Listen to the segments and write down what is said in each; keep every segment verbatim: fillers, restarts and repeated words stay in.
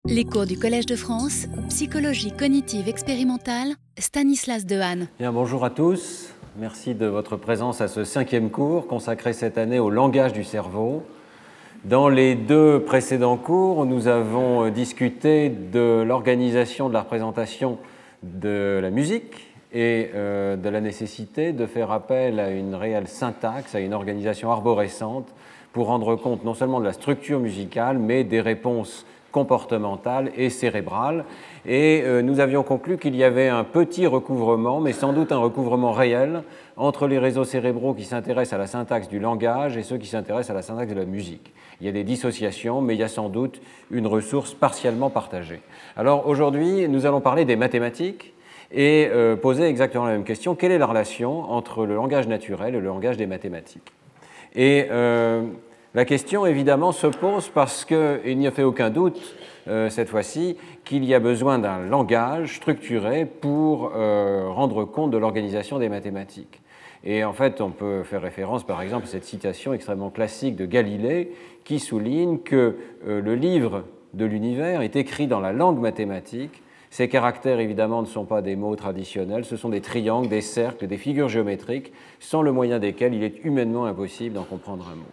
Les cours du Collège de France, psychologie cognitive expérimentale, Stanislas Dehaene. Bien, bonjour à tous. Merci de votre présence à ce cinquième cours consacré cette année au langage du cerveau. Dans les deux précédents cours, nous avons discuté de l'organisation de la représentation de la musique et euh, de la nécessité de faire appel à une réelle syntaxe, à une organisation arborescente pour rendre compte non seulement de la structure musicale, mais des réponses comportementale et cérébrale. Et euh, nous avions conclu qu'il y avait un petit recouvrement, mais sans doute un recouvrement réel, entre les réseaux cérébraux qui s'intéressent à la syntaxe du langage et ceux qui s'intéressent à la syntaxe de la musique. Il y a des dissociations, mais il y a sans doute une ressource partiellement partagée. Alors aujourd'hui, nous allons parler des mathématiques et euh, poser exactement la même question. Quelle est la relation entre le langage naturel et le langage des mathématiques ? Et euh, la question, évidemment, se pose parce qu'il n'y a fait aucun doute, euh, cette fois-ci, qu'il y a besoin d'un langage structuré pour euh, rendre compte de l'organisation des mathématiques. Et en fait, on peut faire référence, par exemple, à cette citation extrêmement classique de Galilée qui souligne que euh, le livre de l'univers est écrit dans la langue mathématique. Ces caractères, évidemment, ne sont pas des mots traditionnels, ce sont des triangles, des cercles, des figures géométriques, sans le moyen desquels il est humainement impossible d'en comprendre un mot.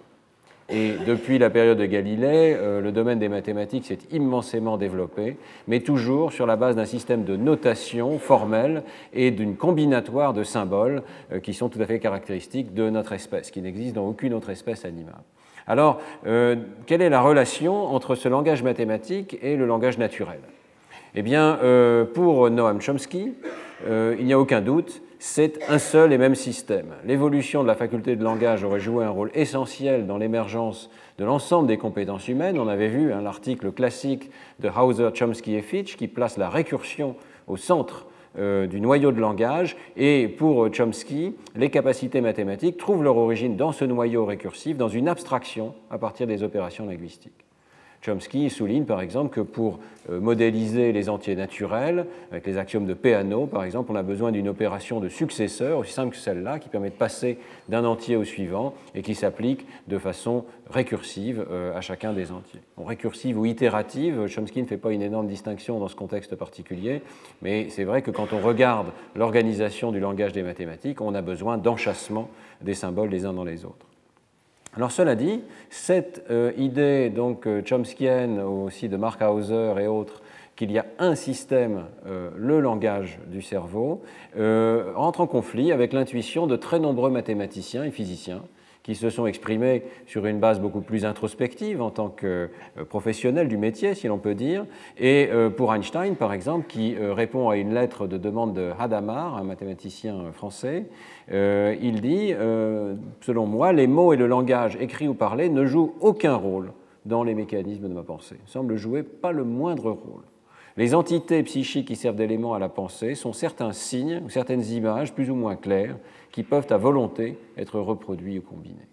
Et depuis la période de Galilée, euh, le domaine des mathématiques s'est immensément développé, mais toujours sur la base d'un système de notation formelle et d'une combinatoire de symboles euh, qui sont tout à fait caractéristiques de notre espèce, qui n'existe dans aucune autre espèce animale. Alors, euh, quelle est la relation entre ce langage mathématique et le langage naturel ? Eh bien, euh, pour Noam Chomsky, euh, il n'y a aucun doute, c'est un seul et même système. L'évolution de la faculté de langage aurait joué un rôle essentiel dans l'émergence de l'ensemble des compétences humaines. On avait vu hein, l'article classique de Hauser, Chomsky et Fitch qui place la récursion au centre euh, du noyau de langage. Et pour Chomsky, les capacités mathématiques trouvent leur origine dans ce noyau récursif, dans une abstraction à partir des opérations linguistiques. Chomsky souligne par exemple que pour modéliser les entiers naturels, avec les axiomes de Peano par exemple, on a besoin d'une opération de successeur, aussi simple que celle-là, qui permet de passer d'un entier au suivant et qui s'applique de façon récursive à chacun des entiers. Bon, récursive ou itérative, Chomsky ne fait pas une énorme distinction dans ce contexte particulier, mais c'est vrai que quand on regarde l'organisation du langage des mathématiques, on a besoin d'enchâssement des symboles les uns dans les autres. Alors cela dit, cette euh, idée donc euh, chomskienne aussi de Mark Hauser et autres qu'il y a un système, euh, le langage du cerveau, euh, entre en conflit avec l'intuition de très nombreux mathématiciens et physiciens qui se sont exprimés sur une base beaucoup plus introspective en tant que euh, professionnels du métier, si l'on peut dire. Et euh, pour Einstein, par exemple, qui euh, répond à une lettre de demande de Hadamard, un mathématicien français, euh, il dit, euh, selon moi, les mots et le langage écrit ou parlé ne jouent aucun rôle dans les mécanismes de ma pensée. Ils semblent jouer pas le moindre rôle. Les entités psychiques qui servent d'éléments à la pensée sont certains signes ou certaines images plus ou moins claires qui peuvent à volonté être reproduits ou combinés.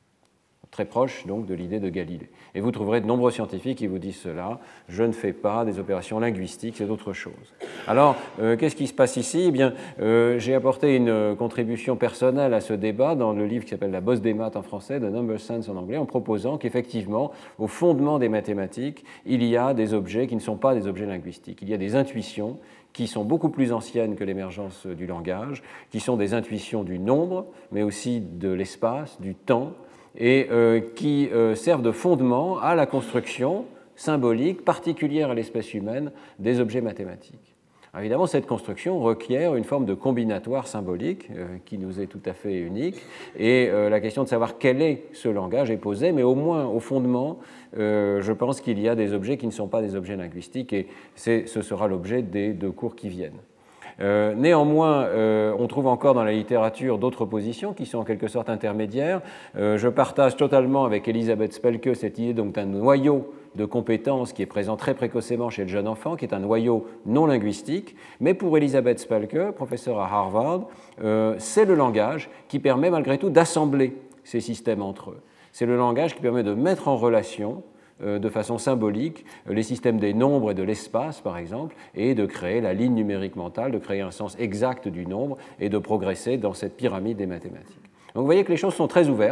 Très proche donc de l'idée de Galilée. Et vous trouverez de nombreux scientifiques qui vous disent cela. Je ne fais pas des opérations linguistiques, c'est autre chose. Alors, euh, qu'est-ce qui se passe ici ? Eh bien, euh, j'ai apporté une contribution personnelle à ce débat dans le livre qui s'appelle La bosse des maths en français, The Number Sense en anglais, en proposant qu'effectivement, au fondement des mathématiques, il y a des objets qui ne sont pas des objets linguistiques. Il y a des intuitions qui sont beaucoup plus anciennes que l'émergence du langage, qui sont des intuitions du nombre, mais aussi de l'espace, du temps, et euh, qui euh, servent de fondement à la construction symbolique particulière à l'espèce humaine des objets mathématiques. Alors évidemment, cette construction requiert une forme de combinatoire symbolique euh, qui nous est tout à fait unique, et euh, la question de savoir quel est ce langage est posée, mais au moins au fondement, euh, je pense qu'il y a des objets qui ne sont pas des objets linguistiques, et c'est, ce sera l'objet des deux cours qui viennent. Euh, néanmoins, euh, on trouve encore dans la littérature d'autres positions qui sont en quelque sorte intermédiaires. Euh, je partage totalement avec Elisabeth Spelke cette idée donc d'un noyau de compétences qui est présent très précocement chez le jeune enfant, qui est un noyau non linguistique. Mais pour Elisabeth Spelke, professeure à Harvard, euh, c'est le langage qui permet malgré tout d'assembler ces systèmes entre eux. C'est le langage qui permet de mettre en relation de façon symbolique les systèmes des nombres et de l'espace, par exemple, et de créer la ligne numérique mentale, de créer un sens exact du nombre et de progresser dans cette pyramide des mathématiques. Donc vous voyez que les choses sont très ouvertes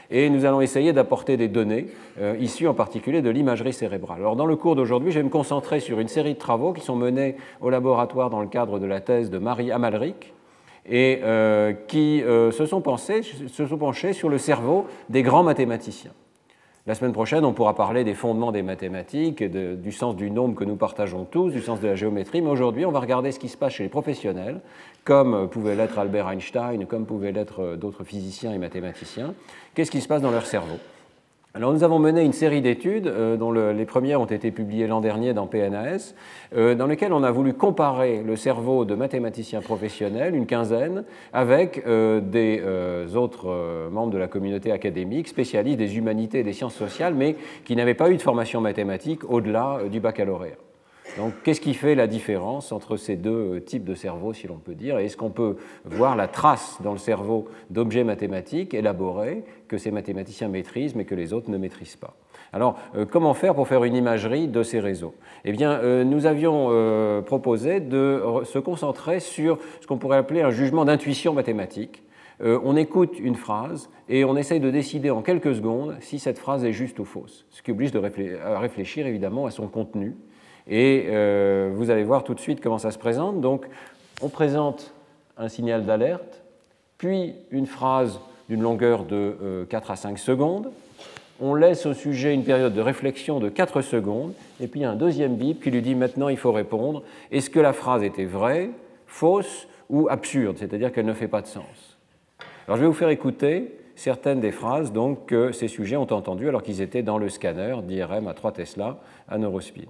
et nous allons essayer d'apporter des données, euh, issues en particulier de l'imagerie cérébrale. Alors dans le cours d'aujourd'hui, je vais me concentrer sur une série de travaux qui sont menés au laboratoire dans le cadre de la thèse de Marie Amalric, et euh, qui euh, se, sont pensés, se sont penchés sur le cerveau des grands mathématiciens. La semaine prochaine, on pourra parler des fondements des mathématiques, de, du sens du nombre que nous partageons tous, du sens de la géométrie, mais aujourd'hui, on va regarder ce qui se passe chez les professionnels, comme pouvait l'être Albert Einstein, comme pouvaient l'être d'autres physiciens et mathématiciens. Qu'est-ce qui se passe dans leur cerveau? Alors, nous avons mené une série d'études, euh, dont le, les premières ont été publiées l'an dernier dans P N A S, euh, dans lesquelles on a voulu comparer le cerveau de mathématiciens professionnels, une quinzaine, avec euh, des euh, autres euh, membres de la communauté académique, spécialistes des humanités et des sciences sociales, mais qui n'avaient pas eu de formation mathématique au-delà euh, du baccalauréat. Donc, qu'est-ce qui fait la différence entre ces deux types de cerveau, si l'on peut dire, et est-ce qu'on peut voir la trace dans le cerveau d'objets mathématiques élaborés que ces mathématiciens maîtrisent, mais que les autres ne maîtrisent pas? Alors, euh, comment faire pour faire une imagerie de ces réseaux? Eh bien, euh, nous avions euh, proposé de se concentrer sur ce qu'on pourrait appeler un jugement d'intuition mathématique. Euh, on écoute une phrase et on essaye de décider en quelques secondes si cette phrase est juste ou fausse, ce qui oblige de réfléchir, à réfléchir évidemment à son contenu. Et euh, vous allez voir tout de suite comment ça se présente. Donc, on présente un signal d'alerte, puis une phrase d'une longueur de euh, quatre à cinq secondes. On laisse au sujet une période de réflexion de quatre secondes, et puis un deuxième bip qui lui dit maintenant il faut répondre. Est-ce que la phrase était vraie, fausse ou absurde, c'est-à-dire qu'elle ne fait pas de sens? Alors, je vais vous faire écouter certaines des phrases donc, que ces sujets ont entendues alors qu'ils étaient dans le scanner d'I R M à trois Tesla à Neurospin.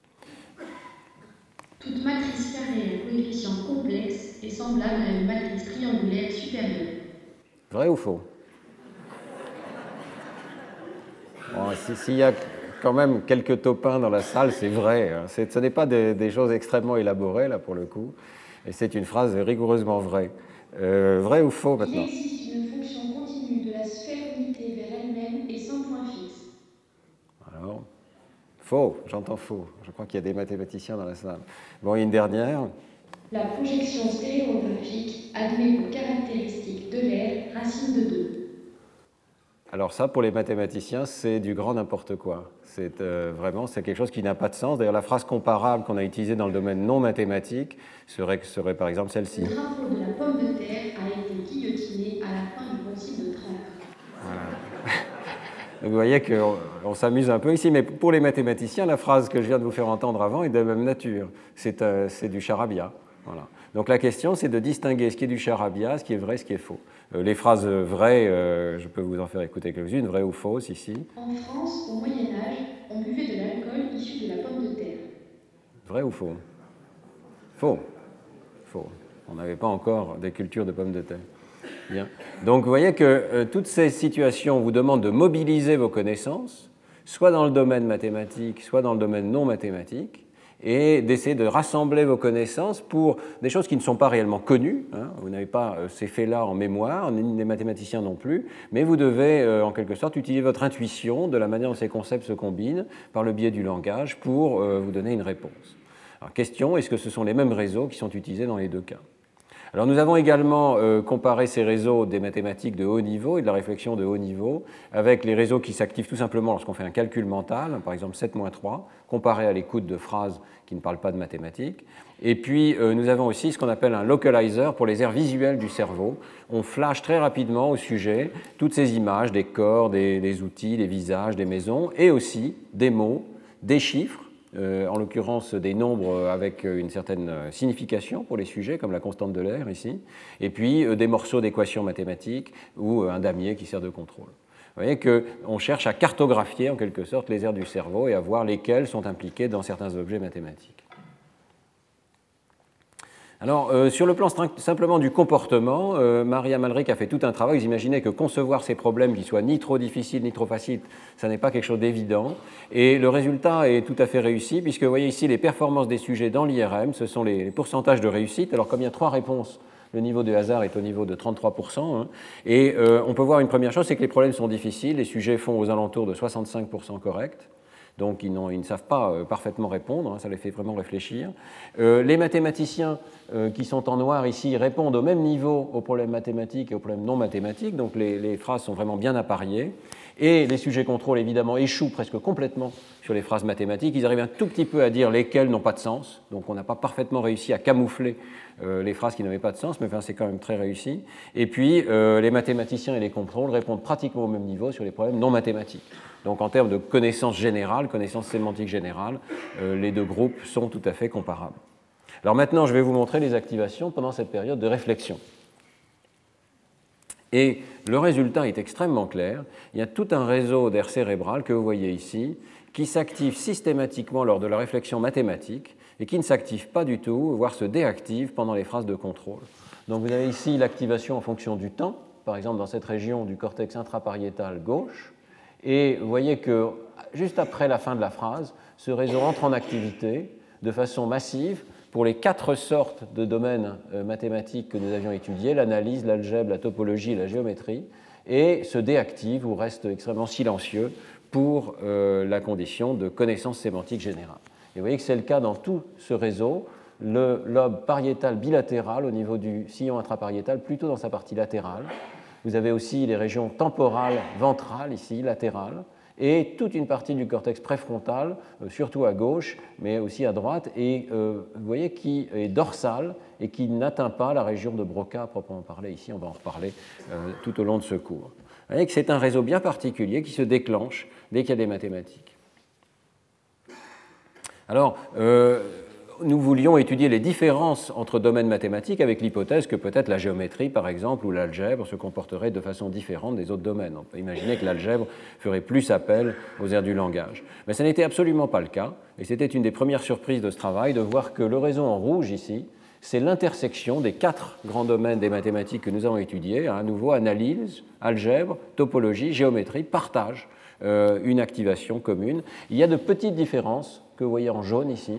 Toute matrice carrée à coefficient complexe est semblable à une matrice triangulaire supérieure. Vrai ou faux? Bon, s'il y a quand même quelques topins dans la salle, c'est vrai. Hein. C'est, ce n'est pas des, des choses extrêmement élaborées, là, pour le coup. Et c'est une phrase rigoureusement vraie. Euh, vrai ou faux, maintenant? Il existe une fonction continue de la sphère unité vers elle-même et sans point fixe. Alors, faux, j'entends faux. Je crois qu'il y a des mathématiciens dans la salle. Bon, une dernière. La projection stéréographique admet pour caractéristique de l'air racine de deux. Alors ça, pour les mathématiciens, c'est du grand n'importe quoi. C'est euh, vraiment, c'est quelque chose qui n'a pas de sens. D'ailleurs, la phrase comparable qu'on a utilisée dans le domaine non mathématique serait, serait par exemple celle-ci. Le drapeau de la pomme de terre a été guillotiné à la fin du concile de Trente. Voilà. Donc vous voyez qu'on on s'amuse un peu ici, mais pour les mathématiciens, la phrase que je viens de vous faire entendre avant est de même nature. C'est, euh, c'est du charabia. Voilà. Donc la question, c'est de distinguer ce qui est du charabia, ce qui est vrai, ce qui est faux. Euh, les phrases vraies, euh, je peux vous en faire écouter quelques-unes, vraies ou fausses ici. En France, au Moyen-Âge, on buvait de l'alcool issu de la pomme de terre. Vrai ou faux? Faux. Faux. On n'avait pas encore des cultures de pommes de terre. Bien. Donc vous voyez que euh, toutes ces situations vous demandent de mobiliser vos connaissances, soit dans le domaine mathématique, soit dans le domaine non mathématique, et d'essayer de rassembler vos connaissances pour des choses qui ne sont pas réellement connues. Hein. Vous n'avez pas euh, ces faits-là en mémoire, ni les mathématiciens non plus, mais vous devez euh, en quelque sorte utiliser votre intuition de la manière dont ces concepts se combinent par le biais du langage pour euh, vous donner une réponse. Alors, question, est-ce que ce sont les mêmes réseaux qui sont utilisés dans les deux cas? Alors nous avons également euh, comparé ces réseaux des mathématiques de haut niveau et de la réflexion de haut niveau avec les réseaux qui s'activent tout simplement lorsqu'on fait un calcul mental, par exemple sept moins trois, comparé à l'écoute de phrases qui ne parlent pas de mathématiques. Et puis euh, nous avons aussi ce qu'on appelle un localizer pour les aires visuelles du cerveau. On flash très rapidement au sujet toutes ces images, des corps, des, des outils, des visages, des maisons, et aussi des mots, des chiffres, Euh, en l'occurrence des nombres avec une certaine signification pour les sujets, comme la constante de l'air ici, et puis euh, des morceaux d'équations mathématiques ou euh, un damier qui sert de contrôle. Vous voyez qu'on cherche à cartographier en quelque sorte les aires du cerveau et à voir lesquelles sont impliquées dans certains objets mathématiques. Alors, euh, sur le plan simplement du comportement, euh, Marie Amalric a fait tout un travail. Vous imaginez que concevoir ces problèmes qui soient ni trop difficiles ni trop faciles, ça n'est pas quelque chose d'évident. Et le résultat est tout à fait réussi, puisque vous voyez ici les performances des sujets dans l'I R M, ce sont les, les pourcentages de réussite. Alors, comme il y a trois réponses, le niveau de hasard est au niveau de trente-trois pour cent. Hein, et euh, on peut voir une première chose, c'est que les problèmes sont difficiles. Les sujets font aux alentours de soixante-cinq pour cent corrects. donc ils, ils ne savent pas euh, parfaitement répondre, hein, ça les fait vraiment réfléchir. Euh, les mathématiciens euh, qui sont en noir ici répondent au même niveau aux problèmes mathématiques et aux problèmes non mathématiques, donc les, les phrases sont vraiment bien appariées. Et les sujets contrôle, évidemment, échouent presque complètement sur les phrases mathématiques. Ils arrivent un tout petit peu à dire lesquelles n'ont pas de sens. Donc on n'a pas parfaitement réussi à camoufler euh, les phrases qui n'avaient pas de sens, mais enfin, c'est quand même très réussi. Et puis euh, les mathématiciens et les contrôles répondent pratiquement au même niveau sur les problèmes non mathématiques. Donc en termes de connaissances générales, connaissances sémantiques générales, euh, les deux groupes sont tout à fait comparables. Alors maintenant, je vais vous montrer les activations pendant cette période de réflexion. Et le résultat est extrêmement clair. Il y a tout un réseau d'aires cérébrales que vous voyez ici qui s'active systématiquement lors de la réflexion mathématique et qui ne s'active pas du tout, voire se déactive pendant les phases de contrôle. Donc vous avez ici l'activation en fonction du temps, par exemple dans cette région du cortex intrapariétal gauche, et vous voyez que juste après la fin de la phrase, ce réseau entre en activité de façon massive pour les quatre sortes de domaines mathématiques que nous avions étudiés, l'analyse, l'algèbre, la topologie et la géométrie, et se déactive ou reste extrêmement silencieux pour euh, la condition de connaissance sémantique générale. Et vous voyez que c'est le cas dans tout ce réseau, le lobe pariétal bilatéral au niveau du sillon intrapariétal, plutôt dans sa partie latérale. Vous avez aussi les régions temporales, ventrales, ici, latérales, et toute une partie du cortex préfrontal, euh, surtout à gauche, mais aussi à droite, et euh, vous voyez qui est dorsal et qui n'atteint pas la région de Broca à proprement parler. Ici, on va en reparler euh, tout au long de ce cours. Vous voyez que c'est un réseau bien particulier qui se déclenche dès qu'il y a des mathématiques. Alors, euh, nous voulions étudier les différences entre domaines mathématiques avec l'hypothèse que peut-être la géométrie, par exemple, ou l'algèbre se comporteraient de façon différente des autres domaines. On peut imaginer que l'algèbre ferait plus appel aux aires du langage. Mais ce n'était absolument pas le cas, et c'était une des premières surprises de ce travail de voir que le réseau en rouge ici, c'est l'intersection des quatre grands domaines des mathématiques que nous avons étudiés, à nouveau analyse, algèbre, topologie, géométrie, partagent euh, une activation commune. Il y a de petites différences que vous voyez en jaune ici,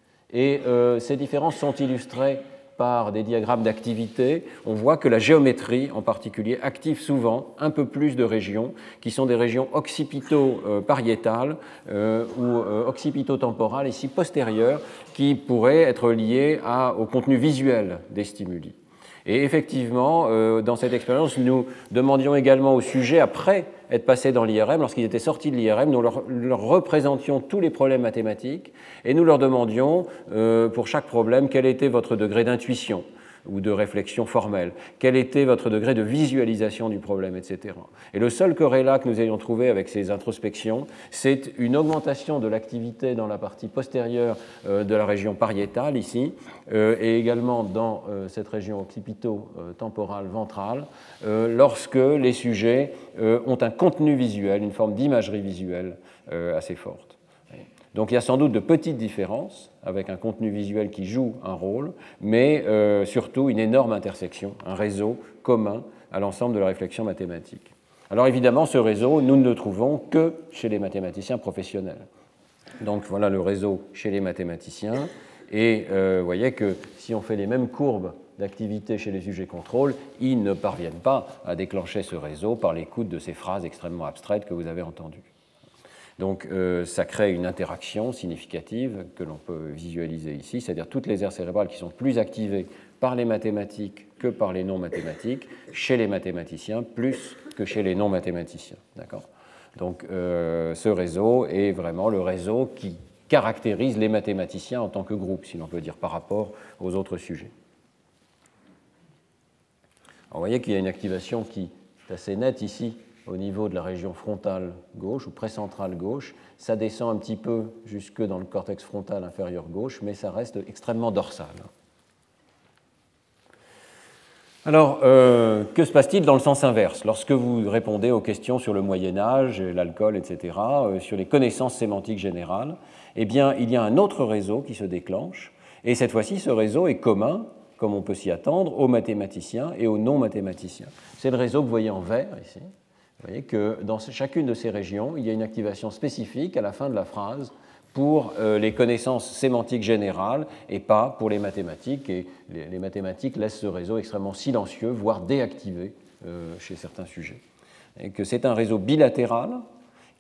et euh, ces différences sont illustrées par des diagrammes d'activité. On voit que la géométrie, en particulier, active souvent un peu plus de régions, qui sont des régions occipito-pariétales euh, ou euh, occipito-temporales, ici postérieures, qui pourraient être liées à, au contenu visuel des stimuli. Et effectivement, euh, dans cette expérience, nous demandions également aux sujets, après être passés dans l'I R M, lorsqu'ils étaient sortis de l'I R M, nous leur, leur représentions tous les problèmes mathématiques et nous leur demandions, euh, pour chaque problème, quel était votre degré d'intuition ou de réflexion formelle, quel était votre degré de visualisation du problème, et cetera. Et le seul corrélat que nous ayons trouvé avec ces introspections, c'est une augmentation de l'activité dans la partie postérieure euh, de la région pariétale, ici, euh, et également dans euh, cette région occipito-temporale ventrale, euh, lorsque les sujets euh, ont un contenu visuel, une forme d'imagerie visuelle euh, assez forte. Donc il y a sans doute de petites différences avec un contenu visuel qui joue un rôle, mais euh, surtout une énorme intersection, un réseau commun à l'ensemble de la réflexion mathématique. Alors évidemment, ce réseau, nous ne le trouvons que chez les mathématiciens professionnels. Donc voilà le réseau chez les mathématiciens, et euh, vous voyez que si on fait les mêmes courbes d'activité chez les sujets contrôle, ils ne parviennent pas à déclencher ce réseau par l'écoute de ces phrases extrêmement abstraites que vous avez entendues. Donc euh, ça crée une interaction significative que l'on peut visualiser ici, c'est-à-dire toutes les aires cérébrales qui sont plus activées par les mathématiques que par les non-mathématiques, chez les mathématiciens plus que chez les non-mathématiciens. D'accord ? Donc euh, ce réseau est vraiment le réseau qui caractérise les mathématiciens en tant que groupe, si l'on peut dire, par rapport aux autres sujets. Alors, vous voyez qu'il y a une activation qui est assez nette ici, au niveau de la région frontale gauche ou précentrale gauche. Ça descend un petit peu jusque dans le cortex frontal inférieur gauche, mais ça reste extrêmement dorsal. Alors, euh, que se passe-t-il dans le sens inverse? Lorsque vous répondez aux questions sur le Moyen-Âge, l'alcool, et cetera, euh, sur les connaissances sémantiques générales, eh bien, il y a un autre réseau qui se déclenche, et cette fois-ci, ce réseau est commun, comme on peut s'y attendre, aux mathématiciens et aux non-mathématiciens. C'est le réseau que vous voyez en vert ici. Vous voyez que dans chacune de ces régions, il y a une activation spécifique à la fin de la phrase pour euh, les connaissances sémantiques générales et pas pour les mathématiques. Et les, les mathématiques laissent ce réseau extrêmement silencieux, voire déactivé euh, chez certains sujets. Et que c'est un réseau bilatéral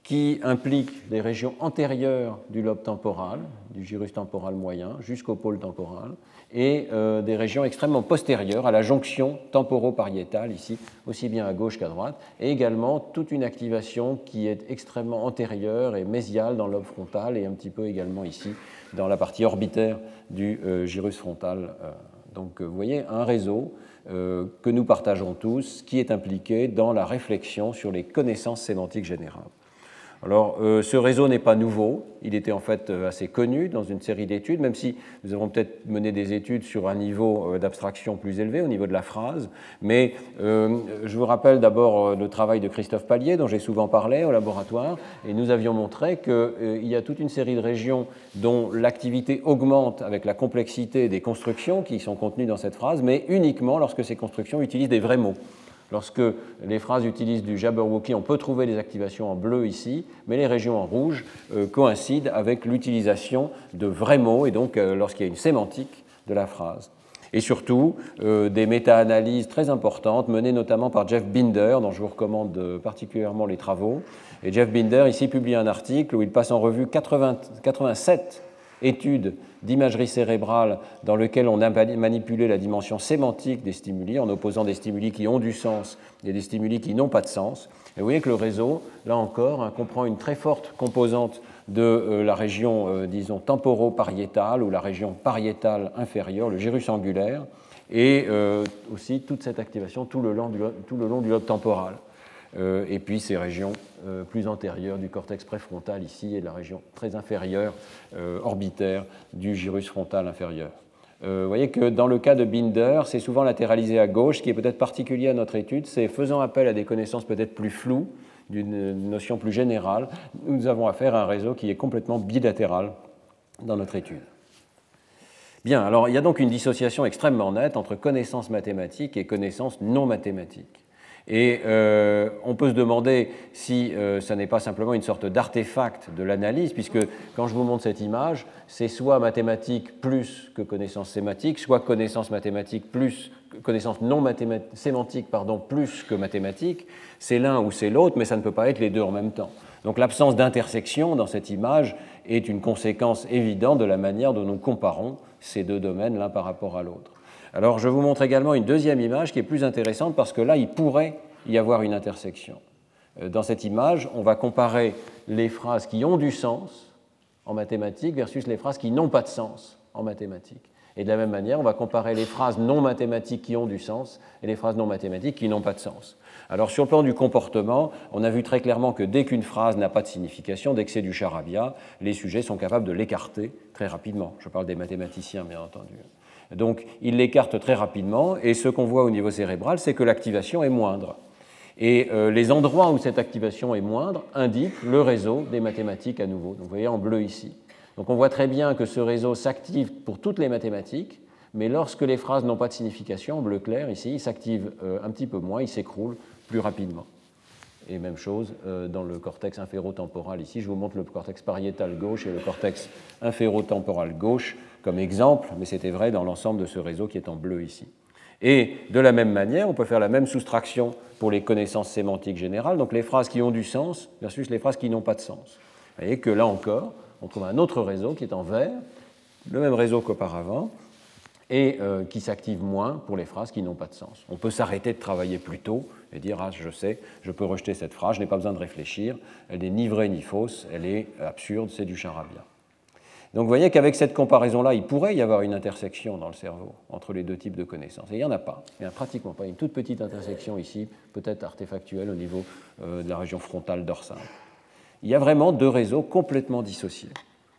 qui impliquent des régions antérieures du lobe temporal, du gyrus temporal moyen, jusqu'au pôle temporal, et euh, des régions extrêmement postérieures à la jonction temporopariétale, ici, aussi bien à gauche qu'à droite, et également toute une activation qui est extrêmement antérieure et mésiale dans le lobe frontal, et un petit peu également ici, dans la partie orbitaire du euh, gyrus frontal. Donc, vous voyez, un réseau euh, que nous partageons tous, qui est impliqué dans la réflexion sur les connaissances sémantiques générales. Alors, euh, ce réseau n'est pas nouveau, il était en fait euh, assez connu dans une série d'études, même si nous avons peut-être mené des études sur un niveau euh, d'abstraction plus élevé, au niveau de la phrase. Mais euh, je vous rappelle d'abord euh, le travail de Christophe Pallier, dont j'ai souvent parlé au laboratoire, et nous avions montré qu'il euh, y a toute une série de régions dont l'activité augmente avec la complexité des constructions qui sont contenues dans cette phrase, mais uniquement lorsque ces constructions utilisent des vrais mots. Lorsque les phrases utilisent du Jabberwocky, on peut trouver des activations en bleu ici, mais les régions en rouge euh, coïncident avec l'utilisation de vrais mots, et donc euh, lorsqu'il y a une sémantique de la phrase. Et surtout, euh, des méta-analyses très importantes, menées notamment par Jeff Binder, dont je vous recommande euh, particulièrement les travaux. Et Jeff Binder, ici, publie un article où il passe en revue quatre-vingts, quatre-vingt-sept études d'imagerie cérébrale dans lesquelles on a manipulé la dimension sémantique des stimuli en opposant des stimuli qui ont du sens et des stimuli qui n'ont pas de sens. Et vous voyez que le réseau, là encore, hein, comprend une très forte composante de euh, la région, euh, disons, temporopariétale ou la région pariétale inférieure, le gyrus angulaire, et euh, aussi toute cette activation tout le long du, tout le long du lobe temporal. Euh, et puis ces régions euh, plus antérieures du cortex préfrontal ici et de la région très inférieure, euh, orbitaire, du gyrus frontal inférieur. Euh, vous voyez que dans le cas de Binder, c'est souvent latéralisé à gauche, ce qui est peut-être particulier à notre étude, c'est faisant appel à des connaissances peut-être plus floues, d'une notion plus générale, nous avons affaire à un réseau qui est complètement bilatéral dans notre étude. Bien, alors il y a donc une dissociation extrêmement nette entre connaissances mathématiques et connaissances non mathématiques. Et euh, on peut se demander si euh, ça n'est pas simplement une sorte d'artefact de l'analyse, puisque quand je vous montre cette image, c'est soit mathématiques plus que connaissances sémantiques, soit connaissances mathématiques plus connaissances non mathématiques, sémantiques pardon, plus que mathématiques. C'est l'un ou c'est l'autre, mais ça ne peut pas être les deux en même temps. Donc l'absence d'intersection dans cette image est une conséquence évidente de la manière dont nous comparons ces deux domaines l'un par rapport à l'autre. Alors, je vous montre également une deuxième image qui est plus intéressante parce que là, il pourrait y avoir une intersection. Dans cette image, on va comparer les phrases qui ont du sens en mathématiques versus les phrases qui n'ont pas de sens en mathématiques. Et de la même manière, on va comparer les phrases non mathématiques qui ont du sens et les phrases non mathématiques qui n'ont pas de sens. Alors, sur le plan du comportement, on a vu très clairement que dès qu'une phrase n'a pas de signification, dès que c'est du charabia, les sujets sont capables de l'écarter très rapidement. Je parle des mathématiciens, bien entendu. Donc, il l'écarte très rapidement, et ce qu'on voit au niveau cérébral, c'est que l'activation est moindre. Et euh, les endroits où cette activation est moindre indiquent le réseau des mathématiques à nouveau. Donc, vous voyez en bleu ici. Donc, on voit très bien que ce réseau s'active pour toutes les mathématiques, mais lorsque les phrases n'ont pas de signification, en bleu clair ici, il s'active euh, un petit peu moins, il s'écroule plus rapidement. Et même chose euh, dans le cortex inférotemporal ici. Je vous montre le cortex pariétal gauche et le cortex inférotemporal gauche comme exemple, mais c'était vrai dans l'ensemble de ce réseau qui est en bleu ici. Et de la même manière, on peut faire la même soustraction pour les connaissances sémantiques générales, donc les phrases qui ont du sens versus les phrases qui n'ont pas de sens. Vous voyez que là encore, on trouve un autre réseau qui est en vert, le même réseau qu'auparavant, et euh, qui s'active moins pour les phrases qui n'ont pas de sens. On peut s'arrêter de travailler plus tôt et dire « Ah, je sais, je peux rejeter cette phrase, je n'ai pas besoin de réfléchir, elle n'est ni vraie ni fausse, elle est absurde, c'est du charabia ». Donc vous voyez qu'avec cette comparaison-là, il pourrait y avoir une intersection dans le cerveau entre les deux types de connaissances. Et il n'y en a pas, il n'y en a pratiquement pas. Il y a une toute petite intersection ici, peut-être artefactuelle au niveau euh, de la région frontale dorsale. Il y a vraiment deux réseaux complètement dissociés.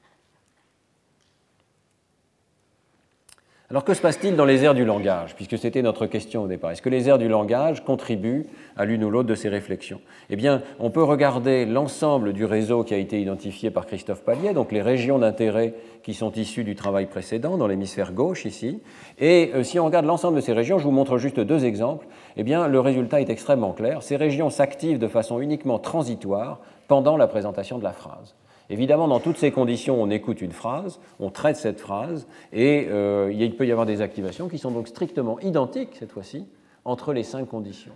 Alors que se passe-t-il dans les aires du langage, puisque c'était notre question au départ? Est-ce que les aires du langage contribuent à l'une ou l'autre de ces réflexions? Eh bien, on peut regarder l'ensemble du réseau qui a été identifié par Christophe Pallier, donc les régions d'intérêt qui sont issues du travail précédent dans l'hémisphère gauche ici. Et euh, si on regarde l'ensemble de ces régions, je vous montre juste deux exemples, eh bien, le résultat est extrêmement clair. Ces régions s'activent de façon uniquement transitoire pendant la présentation de la phrase. Évidemment, dans toutes ces conditions, on écoute une phrase, on traite cette phrase, et euh, il peut y avoir des activations qui sont donc strictement identiques, cette fois-ci, entre les cinq conditions.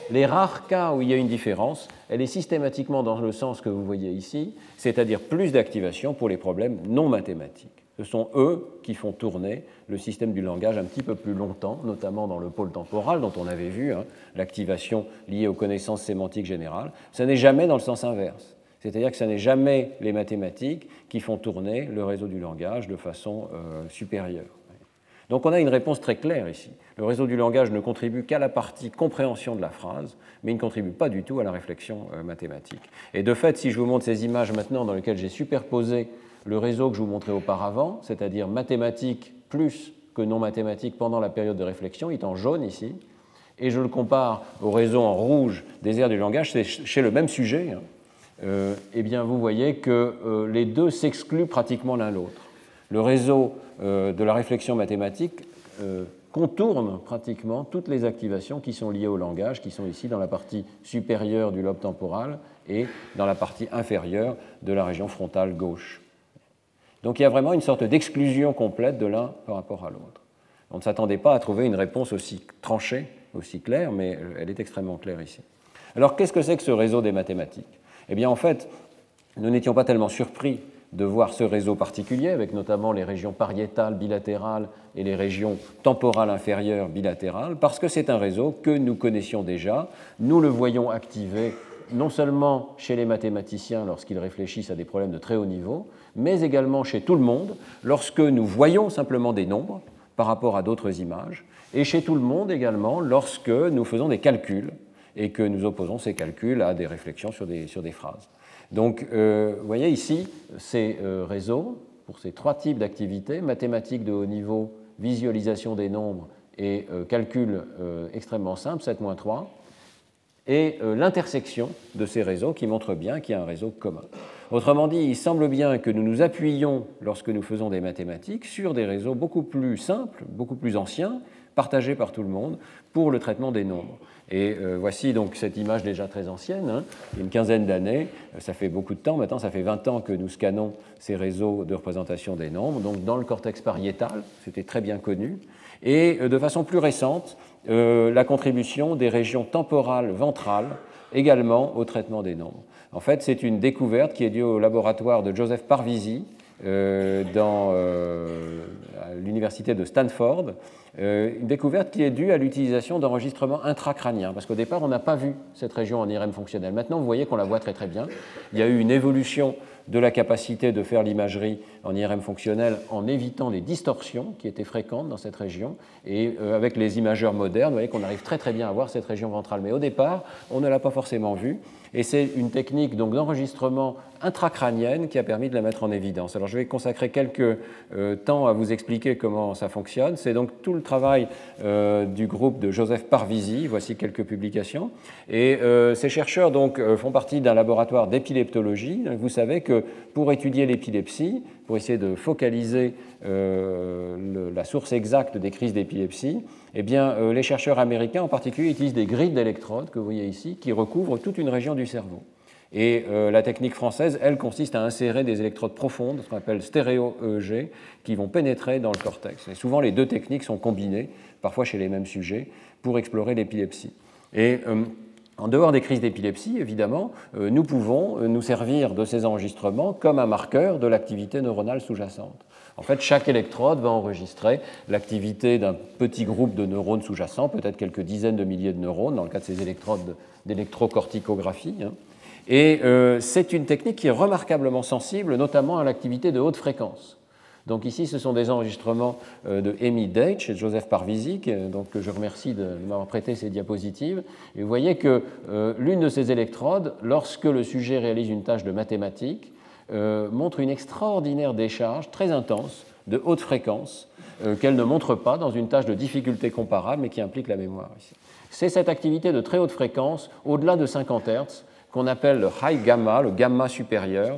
les rares cas où il y a une différence, elle est systématiquement dans le sens que vous voyez ici, c'est-à-dire plus d'activation pour les problèmes non mathématiques. Ce sont eux qui font tourner le système du langage un petit peu plus longtemps, notamment dans le pôle temporal dont on avait vu hein, l'activation liée aux connaissances sémantiques générales. Ça n'est jamais dans le sens inverse. C'est-à-dire que ce n'est jamais les mathématiques qui font tourner le réseau du langage de façon euh, supérieure. Donc on a une réponse très claire ici. Le réseau du langage ne contribue qu'à la partie compréhension de la phrase, mais il ne contribue pas du tout à la réflexion euh, mathématique. Et de fait, si je vous montre ces images maintenant dans lesquelles j'ai superposé le réseau que je vous montrais auparavant, c'est-à-dire mathématique plus que non mathématique pendant la période de réflexion, il est en jaune ici, et je le compare au réseau en rouge des aires du langage, c'est chez le même sujet, hein, euh, eh bien vous voyez que euh, les deux s'excluent pratiquement l'un l'autre. Le réseau euh, de la réflexion mathématique euh, contourne pratiquement toutes les activations qui sont liées au langage, qui sont ici dans la partie supérieure du lobe temporal et dans la partie inférieure de la région frontale gauche. Donc il y a vraiment une sorte d'exclusion complète de l'un par rapport à l'autre. On ne s'attendait pas à trouver une réponse aussi tranchée, aussi claire, mais elle est extrêmement claire ici. Alors qu'est-ce que c'est que ce réseau des mathématiques? Eh bien en fait, nous n'étions pas tellement surpris de voir ce réseau particulier, avec notamment les régions pariétales bilatérales et les régions temporales inférieures bilatérales, parce que c'est un réseau que nous connaissions déjà, nous le voyons activé non seulement chez les mathématiciens lorsqu'ils réfléchissent à des problèmes de très haut niveau, mais également chez tout le monde lorsque nous voyons simplement des nombres par rapport à d'autres images, et chez tout le monde également lorsque nous faisons des calculs et que nous opposons ces calculs à des réflexions sur des, sur des phrases. Donc, euh, vous voyez ici ces euh, réseaux pour ces trois types d'activités, mathématiques de haut niveau, visualisation des nombres et euh, calcul euh, extrêmement simple, sept moins trois, et euh, l'intersection de ces réseaux qui montre bien qu'il y a un réseau commun. Autrement dit, il semble bien que nous nous appuyons, lorsque nous faisons des mathématiques, sur des réseaux beaucoup plus simples, beaucoup plus anciens, partagés par tout le monde, pour le traitement des nombres. Et euh, voici donc cette image déjà très ancienne, hein, il y a une quinzaine d'années, ça fait beaucoup de temps, maintenant ça fait vingt ans que nous scannons ces réseaux de représentation des nombres, donc dans le cortex pariétal, c'était très bien connu, et euh, de façon plus récente, euh, la contribution des régions temporales ventrales également au traitement des nombres. En fait, c'est une découverte qui est due au laboratoire de Joseph Parvizi euh, dans euh, l'université de Stanford, euh, une découverte qui est due à l'utilisation d'enregistrements intracrâniens, parce qu'au départ, on n'a pas vu cette région en I R M fonctionnel. Maintenant, vous voyez qu'on la voit très très bien. Il y a eu une évolution de la capacité de faire l'imagerie en I R M fonctionnel en évitant les distorsions qui étaient fréquentes dans cette région. Et euh, avec les imageurs modernes, vous voyez qu'on arrive très très bien à voir cette région ventrale. Mais au départ, on ne l'a pas forcément vue. Et c'est une technique donc d'enregistrement intracrânienne qui a permis de la mettre en évidence. Alors je vais consacrer quelques euh, temps à vous expliquer comment ça fonctionne. C'est donc tout le travail euh, du groupe de Joseph Parvizi. Voici quelques publications. Et euh, ces chercheurs donc euh, font partie d'un laboratoire d'épileptologie. Vous savez que pour étudier l'épilepsie, pour essayer de focaliser euh, le, la source exacte des crises d'épilepsie, eh bien, euh, les chercheurs américains en particulier utilisent des grilles d'électrodes que vous voyez ici qui recouvrent toute une région du cerveau. Et euh, la technique française, elle, consiste à insérer des électrodes profondes, ce qu'on appelle stéréo-E E G, qui vont pénétrer dans le cortex. Et souvent, les deux techniques sont combinées, parfois chez les mêmes sujets, pour explorer l'épilepsie. Et euh, en dehors des crises d'épilepsie, évidemment, euh, nous pouvons euh, nous servir de ces enregistrements comme un marqueur de l'activité neuronale sous-jacente. En fait, chaque électrode va enregistrer l'activité d'un petit groupe de neurones sous-jacents, peut-être quelques dizaines de milliers de neurones, dans le cas de ces électrodes d'électrocorticographie. Hein. Et euh, c'est une technique qui est remarquablement sensible, notamment à l'activité de haute fréquence. Donc ici, ce sont des enregistrements euh, de Amy Deitch et Joseph Parvizi, que, donc, que je remercie de m'avoir prêté ces diapositives. Et vous voyez que euh, l'une de ces électrodes, lorsque le sujet réalise une tâche de mathématiques, euh, montre une extraordinaire décharge très intense de haute fréquence euh, qu'elle ne montre pas dans une tâche de difficulté comparable, mais qui implique la mémoire ici. C'est cette activité de très haute fréquence, au-delà de cinquante hertz, qu'on appelle le high gamma, le gamma supérieur,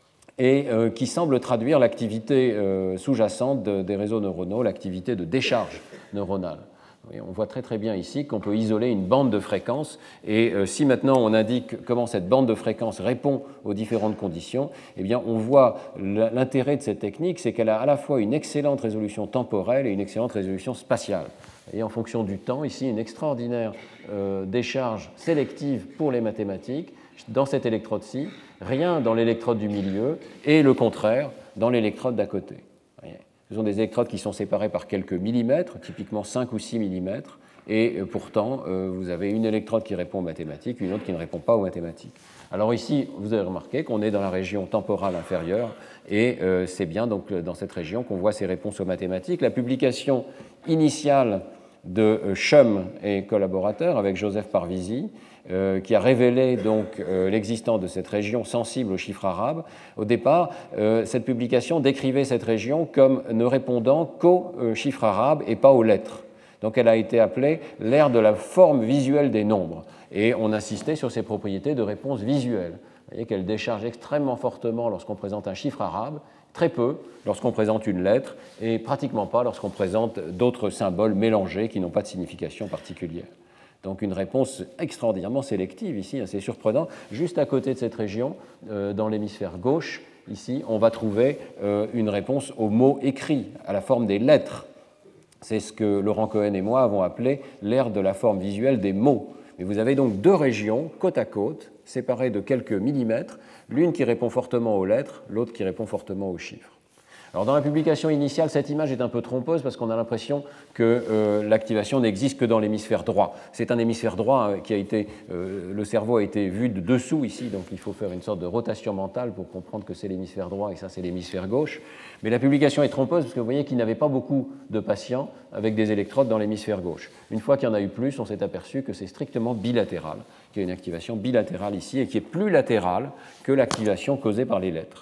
et euh, qui semble traduire l'activité euh, sous-jacente de, des réseaux neuronaux, l'activité de décharge neuronale. On voit très très bien ici qu'on peut isoler une bande de fréquences, et euh, si maintenant on indique comment cette bande de fréquences répond aux différentes conditions, eh bien on voit l'intérêt de cette technique, c'est qu'elle a à la fois une excellente résolution temporelle et une excellente résolution spatiale. Et en fonction du temps, ici, une extraordinaire euh, décharge sélective pour les mathématiques dans cette électrode-ci, rien dans l'électrode du milieu, et le contraire dans l'électrode d'à côté. Ce sont des électrodes qui sont séparées par quelques millimètres, typiquement cinq ou six millimètres, et pourtant, vous avez une électrode qui répond aux mathématiques, une autre qui ne répond pas aux mathématiques. Alors ici, vous avez remarqué qu'on est dans la région temporale inférieure, et c'est bien donc dans cette région qu'on voit ces réponses aux mathématiques. La publication initiale de Schum et collaborateurs avec Joseph Parvizi, Euh, qui a révélé donc euh, l'existence de cette région sensible aux chiffres arabes. Au départ, euh, cette publication décrivait cette région comme ne répondant qu'aux euh, chiffres arabes et pas aux lettres. Donc elle a été appelée l'ère de la forme visuelle des nombres. Et on insistait sur ses propriétés de réponse visuelle. Vous voyez qu'elle décharge extrêmement fortement lorsqu'on présente un chiffre arabe, très peu lorsqu'on présente une lettre, et pratiquement pas lorsqu'on présente d'autres symboles mélangés qui n'ont pas de signification particulière. Donc une réponse extraordinairement sélective ici, c'est surprenant. Juste à côté de cette région, euh, dans l'hémisphère gauche, ici, on va trouver euh, une réponse aux mots écrits, à la forme des lettres. C'est ce que Laurent Cohen et moi avons appelé l'ère de la forme visuelle des mots. Mais vous avez donc deux régions, côte à côte, séparées de quelques millimètres, l'une qui répond fortement aux lettres, l'autre qui répond fortement aux chiffres. Alors dans la publication initiale, cette image est un peu trompeuse parce qu'on a l'impression que euh, l'activation n'existe que dans l'hémisphère droit. C'est un hémisphère droit hein, qui a été, euh, le cerveau a été vu de dessous ici, donc il faut faire une sorte de rotation mentale pour comprendre que c'est l'hémisphère droit et ça c'est l'hémisphère gauche. Mais la publication est trompeuse parce que vous voyez qu'il n'y avait pas beaucoup de patients avec des électrodes dans l'hémisphère gauche. Une fois qu'il y en a eu plus, on s'est aperçu que c'est strictement bilatéral, qu'il y a une activation bilatérale ici et qui est plus latérale que l'activation causée par les lettres.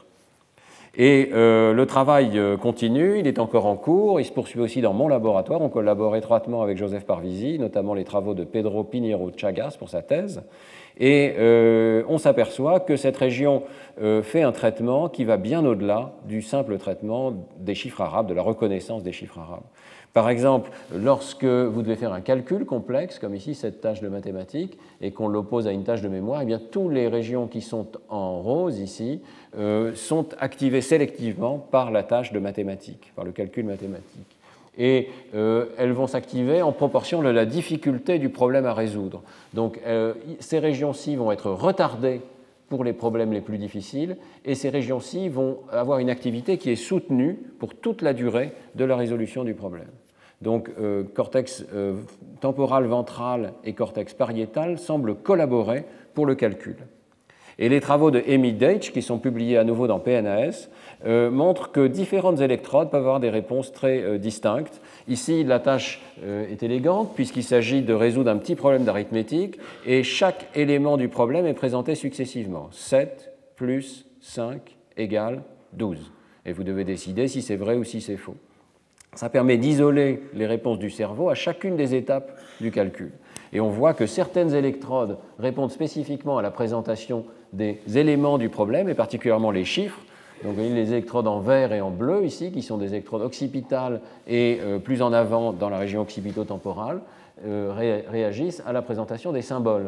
Et euh, le travail continue, il est encore en cours, il se poursuit aussi dans mon laboratoire. On collabore étroitement avec Joseph Parvizi, notamment les travaux de Pedro Pinheiro Chagas pour sa thèse. Et euh, on s'aperçoit que cette région euh, fait un traitement qui va bien au-delà du simple traitement des chiffres arabes, de la reconnaissance des chiffres arabes. Par exemple, lorsque vous devez faire un calcul complexe, comme ici cette tâche de mathématiques, et qu'on l'oppose à une tâche de mémoire, eh bien, toutes les régions qui sont en rose ici euh, sont activées sélectivement par la tâche de mathématiques, par le calcul mathématique. Et euh, elles vont s'activer en proportion de la difficulté du problème à résoudre. Donc euh, ces régions-ci vont être retardées pour les problèmes les plus difficiles, et ces régions-ci vont avoir une activité qui est soutenue pour toute la durée de la résolution du problème. Donc, euh, cortex euh, temporal ventral et cortex pariétal semblent collaborer pour le calcul. Et les travaux de Amy Deitch, qui sont publiés à nouveau dans P N A S, euh, montrent que différentes électrodes peuvent avoir des réponses très euh, distinctes. Ici, la tâche euh, est élégante puisqu'il s'agit de résoudre un petit problème d'arithmétique et chaque élément du problème est présenté successivement. sept plus cinq égale douze. Et vous devez décider si c'est vrai ou si c'est faux. Ça permet d'isoler les réponses du cerveau à chacune des étapes du calcul. Et on voit que certaines électrodes répondent spécifiquement à la présentation des éléments du problème, et particulièrement les chiffres. Donc vous voyez les électrodes en vert et en bleu ici, qui sont des électrodes occipitales et euh, plus en avant dans la région occipito-temporale, euh, ré réagissent à la présentation des symboles.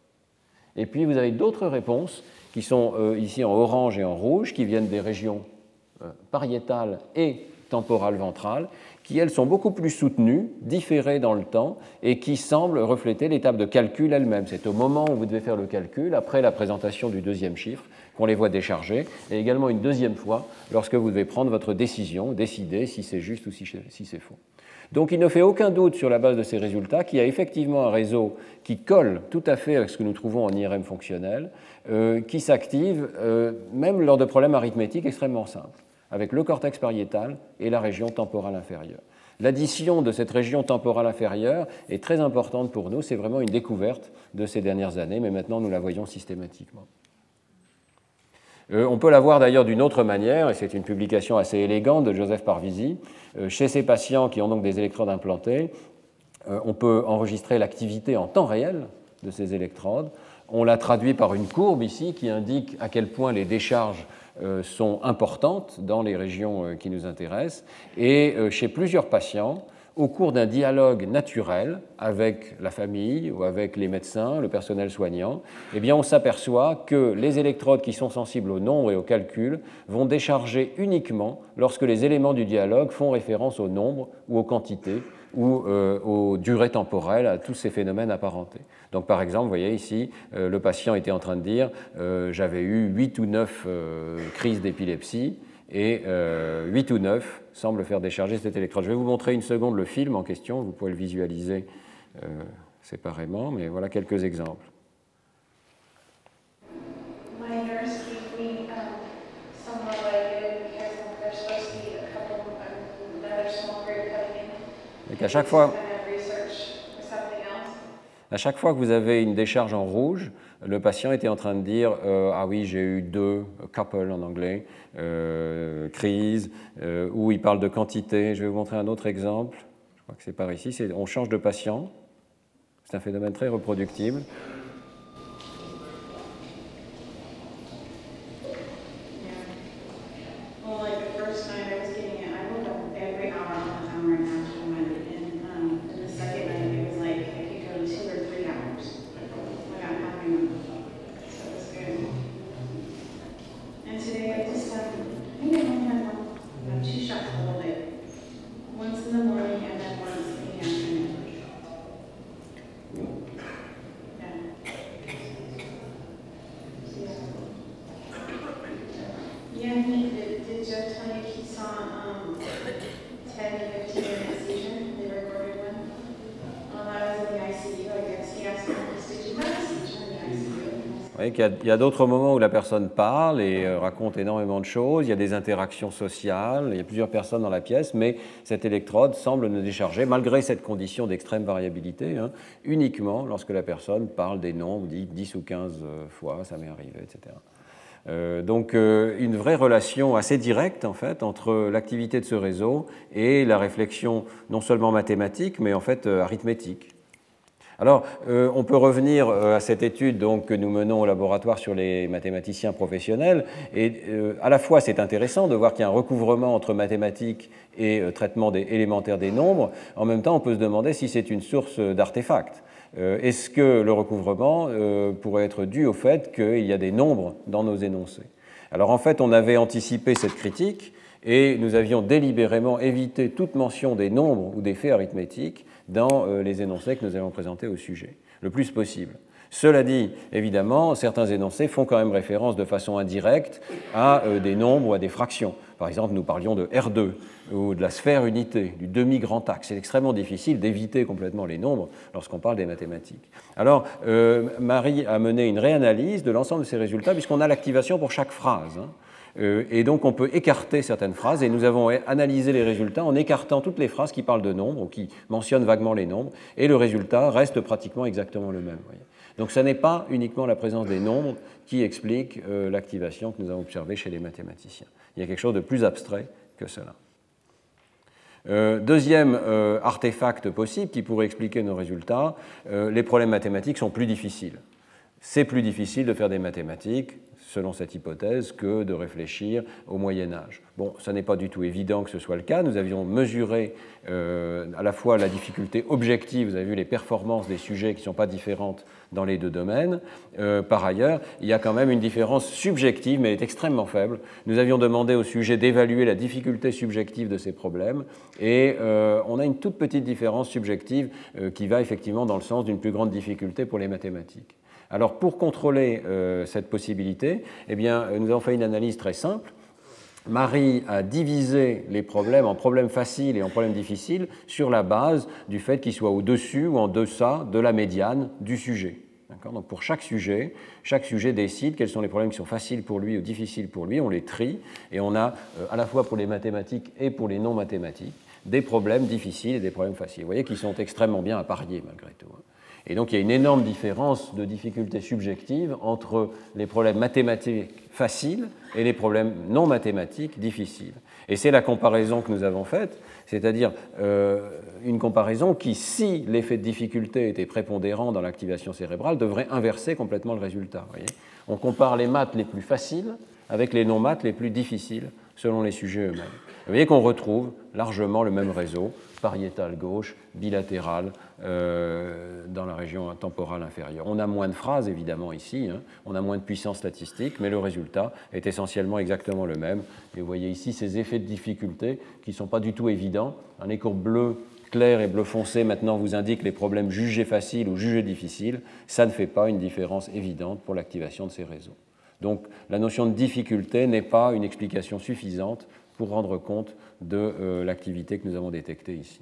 Et puis vous avez d'autres réponses qui sont euh, ici en orange et en rouge, qui viennent des régions euh, pariétales et temporale ventrale, qui, elles, sont beaucoup plus soutenues, différées dans le temps, et qui semblent refléter l'étape de calcul elle-même. C'est au moment où vous devez faire le calcul, après la présentation du deuxième chiffre, qu'on les voit décharger, et également une deuxième fois, lorsque vous devez prendre votre décision, décider si c'est juste ou si c'est faux. Donc il ne fait aucun doute sur la base de ces résultats qu'il y a effectivement un réseau qui colle tout à fait avec ce que nous trouvons en I R M fonctionnel, euh, qui s'active euh, même lors de problèmes arithmétiques extrêmement simples, avec le cortex pariétal et la région temporale inférieure. L'addition de cette région temporale inférieure est très importante pour nous, c'est vraiment une découverte de ces dernières années, mais maintenant nous la voyons systématiquement. Euh, on peut la voir d'ailleurs d'une autre manière, et c'est une publication assez élégante de Joseph Parvizi. Euh, chez ces patients qui ont donc des électrodes implantées, euh, on peut enregistrer l'activité en temps réel de ces électrodes. On l'a traduit par une courbe ici qui indique à quel point les décharges sont importantes dans les régions qui nous intéressent. Et chez plusieurs patients, au cours d'un dialogue naturel avec la famille ou avec les médecins, le personnel soignant, eh bien on s'aperçoit que les électrodes qui sont sensibles au nombre et au calcul vont décharger uniquement lorsque les éléments du dialogue font référence au nombre ou aux quantités ou euh, aux durées temporelles, à tous ces phénomènes apparentés. Donc par exemple, vous voyez ici, euh, le patient était en train de dire euh, « j'avais eu huit ou neuf euh, crises d'épilepsie », et euh, huit ou neuf semblent faire décharger cette électrode. Je vais vous montrer une seconde le film en question, vous pouvez le visualiser euh, séparément, mais voilà quelques exemples. My nurse gave me um, some Lidocaine because there's supposed to be a couple, um, another small group coming in. Donc à chaque fois, kind of research or something else. à chaque fois que vous avez une décharge en rouge, le patient était en train de dire euh, « Ah oui, j'ai eu deux, couple en anglais, euh, crises euh, », où il parle de quantité. Je vais vous montrer un autre exemple. Je crois que c'est par ici. C'est, on change de patient. C'est un phénomène très reproductible. Il y a d'autres moments où la personne parle et raconte énormément de choses, il y a des interactions sociales, il y a plusieurs personnes dans la pièce, mais cette électrode semble ne décharger, malgré cette condition d'extrême variabilité, hein, uniquement lorsque la personne parle des nombres, dit dix ou quinze fois, ça m'est arrivé, et cetera. Euh, donc euh, une vraie relation assez directe en fait entre l'activité de ce réseau et la réflexion non seulement mathématique, mais en fait euh, arithmétique. Alors, euh, on peut revenir à cette étude donc, que nous menons au laboratoire sur les mathématiciens professionnels. Et euh, à la fois, c'est intéressant de voir qu'il y a un recouvrement entre mathématiques et euh, traitement des, élémentaire des nombres. En même temps, on peut se demander si c'est une source d'artefacts. Euh, est-ce que le recouvrement euh, pourrait être dû au fait qu'il y a des nombres dans nos énoncés? Alors, en fait, on avait anticipé cette critique et nous avions délibérément évité toute mention des nombres ou des faits arithmétiques dans les énoncés que nous allons présenter au sujet, le plus possible. Cela dit, évidemment, certains énoncés font quand même référence de façon indirecte à des nombres ou à des fractions. Par exemple, nous parlions de R deux ou de la sphère unité, du demi-grand axe. C'est extrêmement difficile d'éviter complètement les nombres lorsqu'on parle des mathématiques. Alors, euh, Marie a mené une réanalyse de l'ensemble de ces résultats puisqu'on a l'activation pour chaque phrase, hein. Euh, et donc on peut écarter certaines phrases, et nous avons analysé les résultats en écartant toutes les phrases qui parlent de nombres ou qui mentionnent vaguement les nombres, et le résultat reste pratiquement exactement le même. Voyez. Donc ce n'est pas uniquement la présence des nombres qui explique euh, l'activation que nous avons observée chez les mathématiciens. Il y a quelque chose de plus abstrait que cela. Euh, deuxième euh, artefact possible qui pourrait expliquer nos résultats, euh, les problèmes mathématiques sont plus difficiles. C'est plus difficile de faire des mathématiques, selon cette hypothèse, que de réfléchir au Moyen-Âge. Bon, ce n'est pas du tout évident que ce soit le cas. Nous avions mesuré euh, à la fois la difficulté objective, vous avez vu les performances des sujets qui ne sont pas différentes dans les deux domaines. Euh, par ailleurs, il y a quand même une différence subjective, mais elle est extrêmement faible. Nous avions demandé au sujet d'évaluer la difficulté subjective de ces problèmes, et euh, on a une toute petite différence subjective euh, qui va effectivement dans le sens d'une plus grande difficulté pour les mathématiques. Alors, pour contrôler euh, cette possibilité, eh bien, nous avons fait une analyse très simple. Marie a divisé les problèmes en problèmes faciles et en problèmes difficiles sur la base du fait qu'ils soient au-dessus ou en deçà de la médiane du sujet. Donc, pour chaque sujet, chaque sujet décide quels sont les problèmes qui sont faciles pour lui ou difficiles pour lui. On les trie et on a, euh, à la fois pour les mathématiques et pour les non-mathématiques, des problèmes difficiles et des problèmes faciles. Vous voyez qu'ils sont extrêmement bien appariés malgré tout. Et donc il y a une énorme différence de difficulté subjective entre les problèmes mathématiques faciles et les problèmes non mathématiques difficiles. Et c'est la comparaison que nous avons faite, c'est-à-dire euh, une comparaison qui, si l'effet de difficulté était prépondérant dans l'activation cérébrale, devrait inverser complètement le résultat. Vous voyez ? On compare les maths les plus faciles avec les non-maths les plus difficiles selon les sujets eux-mêmes. Vous voyez qu'on retrouve largement le même réseau, pariétal gauche, bilatéral, euh, dans la région temporale inférieure. On a moins de phrases, évidemment, ici, hein. On a moins de puissance statistique, mais le résultat est essentiellement exactement le même. Et vous voyez ici ces effets de difficulté qui ne sont pas du tout évidents. Les courbes bleues clair et bleu foncé maintenant vous indiquent les problèmes jugés faciles ou jugés difficiles. Ça ne fait pas une différence évidente pour l'activation de ces réseaux. Donc la notion de difficulté n'est pas une explication suffisante pour rendre compte de euh, l'activité que nous avons détectée ici.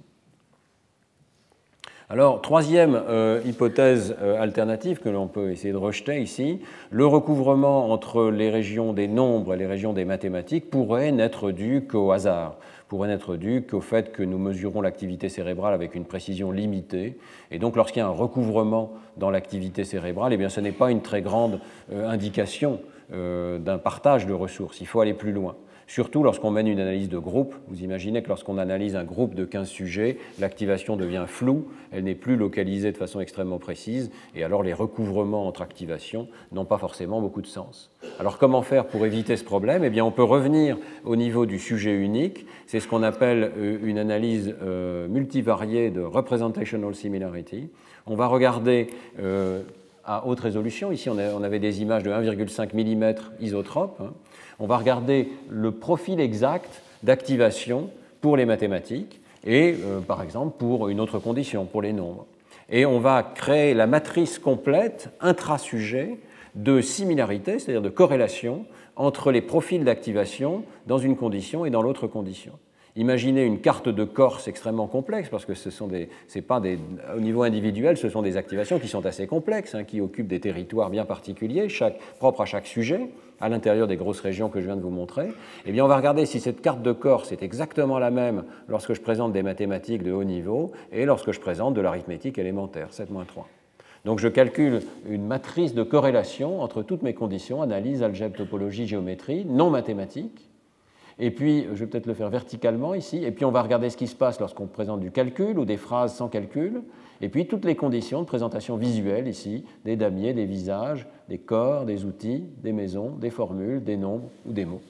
Alors, troisième euh, hypothèse euh, alternative que l'on peut essayer de rejeter ici, le recouvrement entre les régions des nombres et les régions des mathématiques pourrait n'être dû qu'au hasard, pourrait n'être dû qu'au fait que nous mesurons l'activité cérébrale avec une précision limitée. Et donc, lorsqu'il y a un recouvrement dans l'activité cérébrale, eh bien, ce n'est pas une très grande euh, indication euh, d'un partage de ressources. Il faut aller plus loin. Surtout lorsqu'on mène une analyse de groupe. Vous imaginez que lorsqu'on analyse un groupe de quinze sujets, l'activation devient floue, elle n'est plus localisée de façon extrêmement précise, et alors les recouvrements entre activations n'ont pas forcément beaucoup de sens. Alors comment faire pour éviter ce problème? Eh bien, on peut revenir au niveau du sujet unique. C'est ce qu'on appelle une analyse euh, multivariée de representational similarity. On va regarder euh, à haute résolution. Ici, on, a, on avait des images de un virgule cinq millimètres isotropes. Hein. On va regarder le profil exact d'activation pour les mathématiques et, euh, par exemple, pour une autre condition, pour les nombres. Et on va créer la matrice complète intra-sujet de similarité, c'est-à-dire de corrélation entre les profils d'activation dans une condition et dans l'autre condition. Imaginez une carte de Corse extrêmement complexe, parce que ce sont des, c'est pas des, au niveau individuel, ce sont des activations qui sont assez complexes, hein, qui occupent des territoires bien particuliers, chaque, propres à chaque sujet, à l'intérieur des grosses régions que je viens de vous montrer. Eh bien, on va regarder si cette carte de Corse est exactement la même lorsque je présente des mathématiques de haut niveau et lorsque je présente de l'arithmétique élémentaire, sept moins trois. Donc, je calcule une matrice de corrélation entre toutes mes conditions, analyse, algèbre, topologie, géométrie, non mathématiques. Et puis, je vais peut-être le faire verticalement ici, et puis on va regarder ce qui se passe lorsqu'on présente du calcul ou des phrases sans calcul, et puis toutes les conditions de présentation visuelle ici, des damiers, des visages, des corps, des outils, des maisons, des formules, des nombres ou des mots.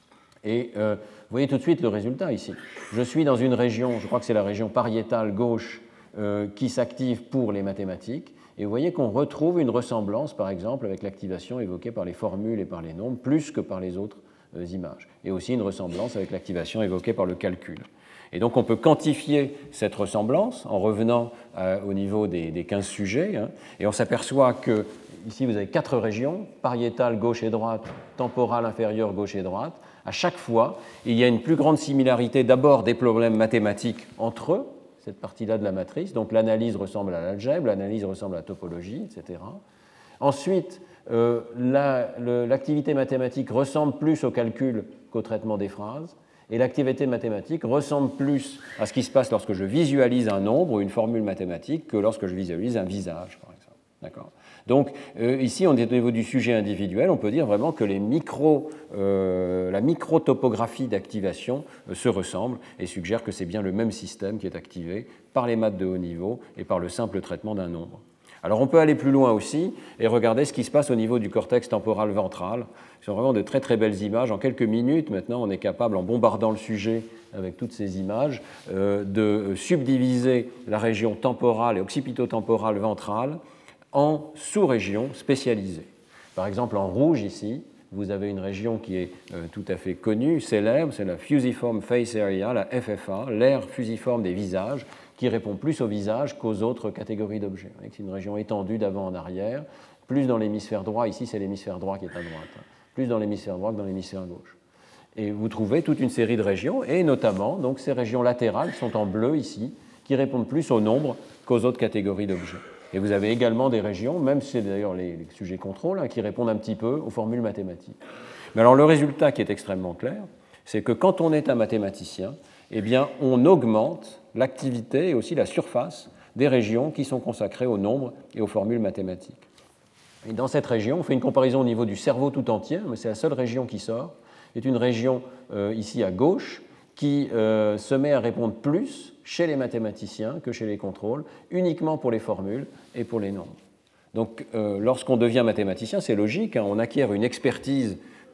Et euh, vous voyez tout de suite le résultat ici. Je suis dans une région, je crois que c'est la région pariétale gauche, euh, qui s'active pour les mathématiques, et vous voyez qu'on retrouve une ressemblance, par exemple, avec l'activation évoquée par les formules et par les nombres, plus que par les autres images, et aussi une ressemblance avec l'activation évoquée par le calcul. Et donc on peut quantifier cette ressemblance en revenant euh, au niveau des, des quinze sujets, hein, et on s'aperçoit que ici vous avez quatre régions, pariétale gauche et droite, temporale inférieure gauche et droite. À chaque fois, il y a une plus grande similarité d'abord des problèmes mathématiques entre eux, cette partie-là de la matrice, donc l'analyse ressemble à l'algèbre, l'analyse ressemble à la topologie, et cetera. Ensuite, Euh, la, le, l'activité mathématique ressemble plus au calcul qu'au traitement des phrases, et l'activité mathématique ressemble plus à ce qui se passe lorsque je visualise un nombre ou une formule mathématique que lorsque je visualise un visage, par exemple. D'accord ? Donc, euh, ici, on est au niveau du sujet individuel, on peut dire vraiment que les micro, euh, la microtopographie d'activation euh, se ressemble et suggère que c'est bien le même système qui est activé par les maths de haut niveau et par le simple traitement d'un nombre. Alors on peut aller plus loin aussi et regarder ce qui se passe au niveau du cortex temporal ventral. Ce sont vraiment de très très belles images. En quelques minutes, maintenant, on est capable, en bombardant le sujet avec toutes ces images, euh, de subdiviser la région temporale et occipitotemporale ventrale en sous-régions spécialisées. Par exemple, en rouge ici, vous avez une région qui est euh, tout à fait connue, célèbre, c'est la Fusiform Face Area, la F F A, l'aire fusiforme des visages, qui répond plus au visage qu'aux autres catégories d'objets. C'est une région étendue d'avant en arrière, plus dans l'hémisphère droit, ici c'est l'hémisphère droit qui est à droite, plus dans l'hémisphère droit que dans l'hémisphère gauche. Et vous trouvez toute une série de régions, et notamment donc, ces régions latérales qui sont en bleu ici, qui répondent plus au nombre qu'aux autres catégories d'objets. Et vous avez également des régions, même si c'est d'ailleurs les, les sujets contrôle, hein, qui répondent un petit peu aux formules mathématiques. Mais alors le résultat qui est extrêmement clair, c'est que quand on est un mathématicien, eh bien, on augmente l'activité et aussi la surface des régions qui sont consacrées aux nombres et aux formules mathématiques. Et dans cette région, on fait une comparaison au niveau du cerveau tout entier, mais c'est la seule région qui sort. C'est une région euh, ici à gauche qui euh, se met à répondre plus chez les mathématiciens que chez les contrôles, uniquement pour les formules et pour les nombres. Donc, euh, lorsqu'on devient mathématicien, c'est logique, hein, on acquiert une expertise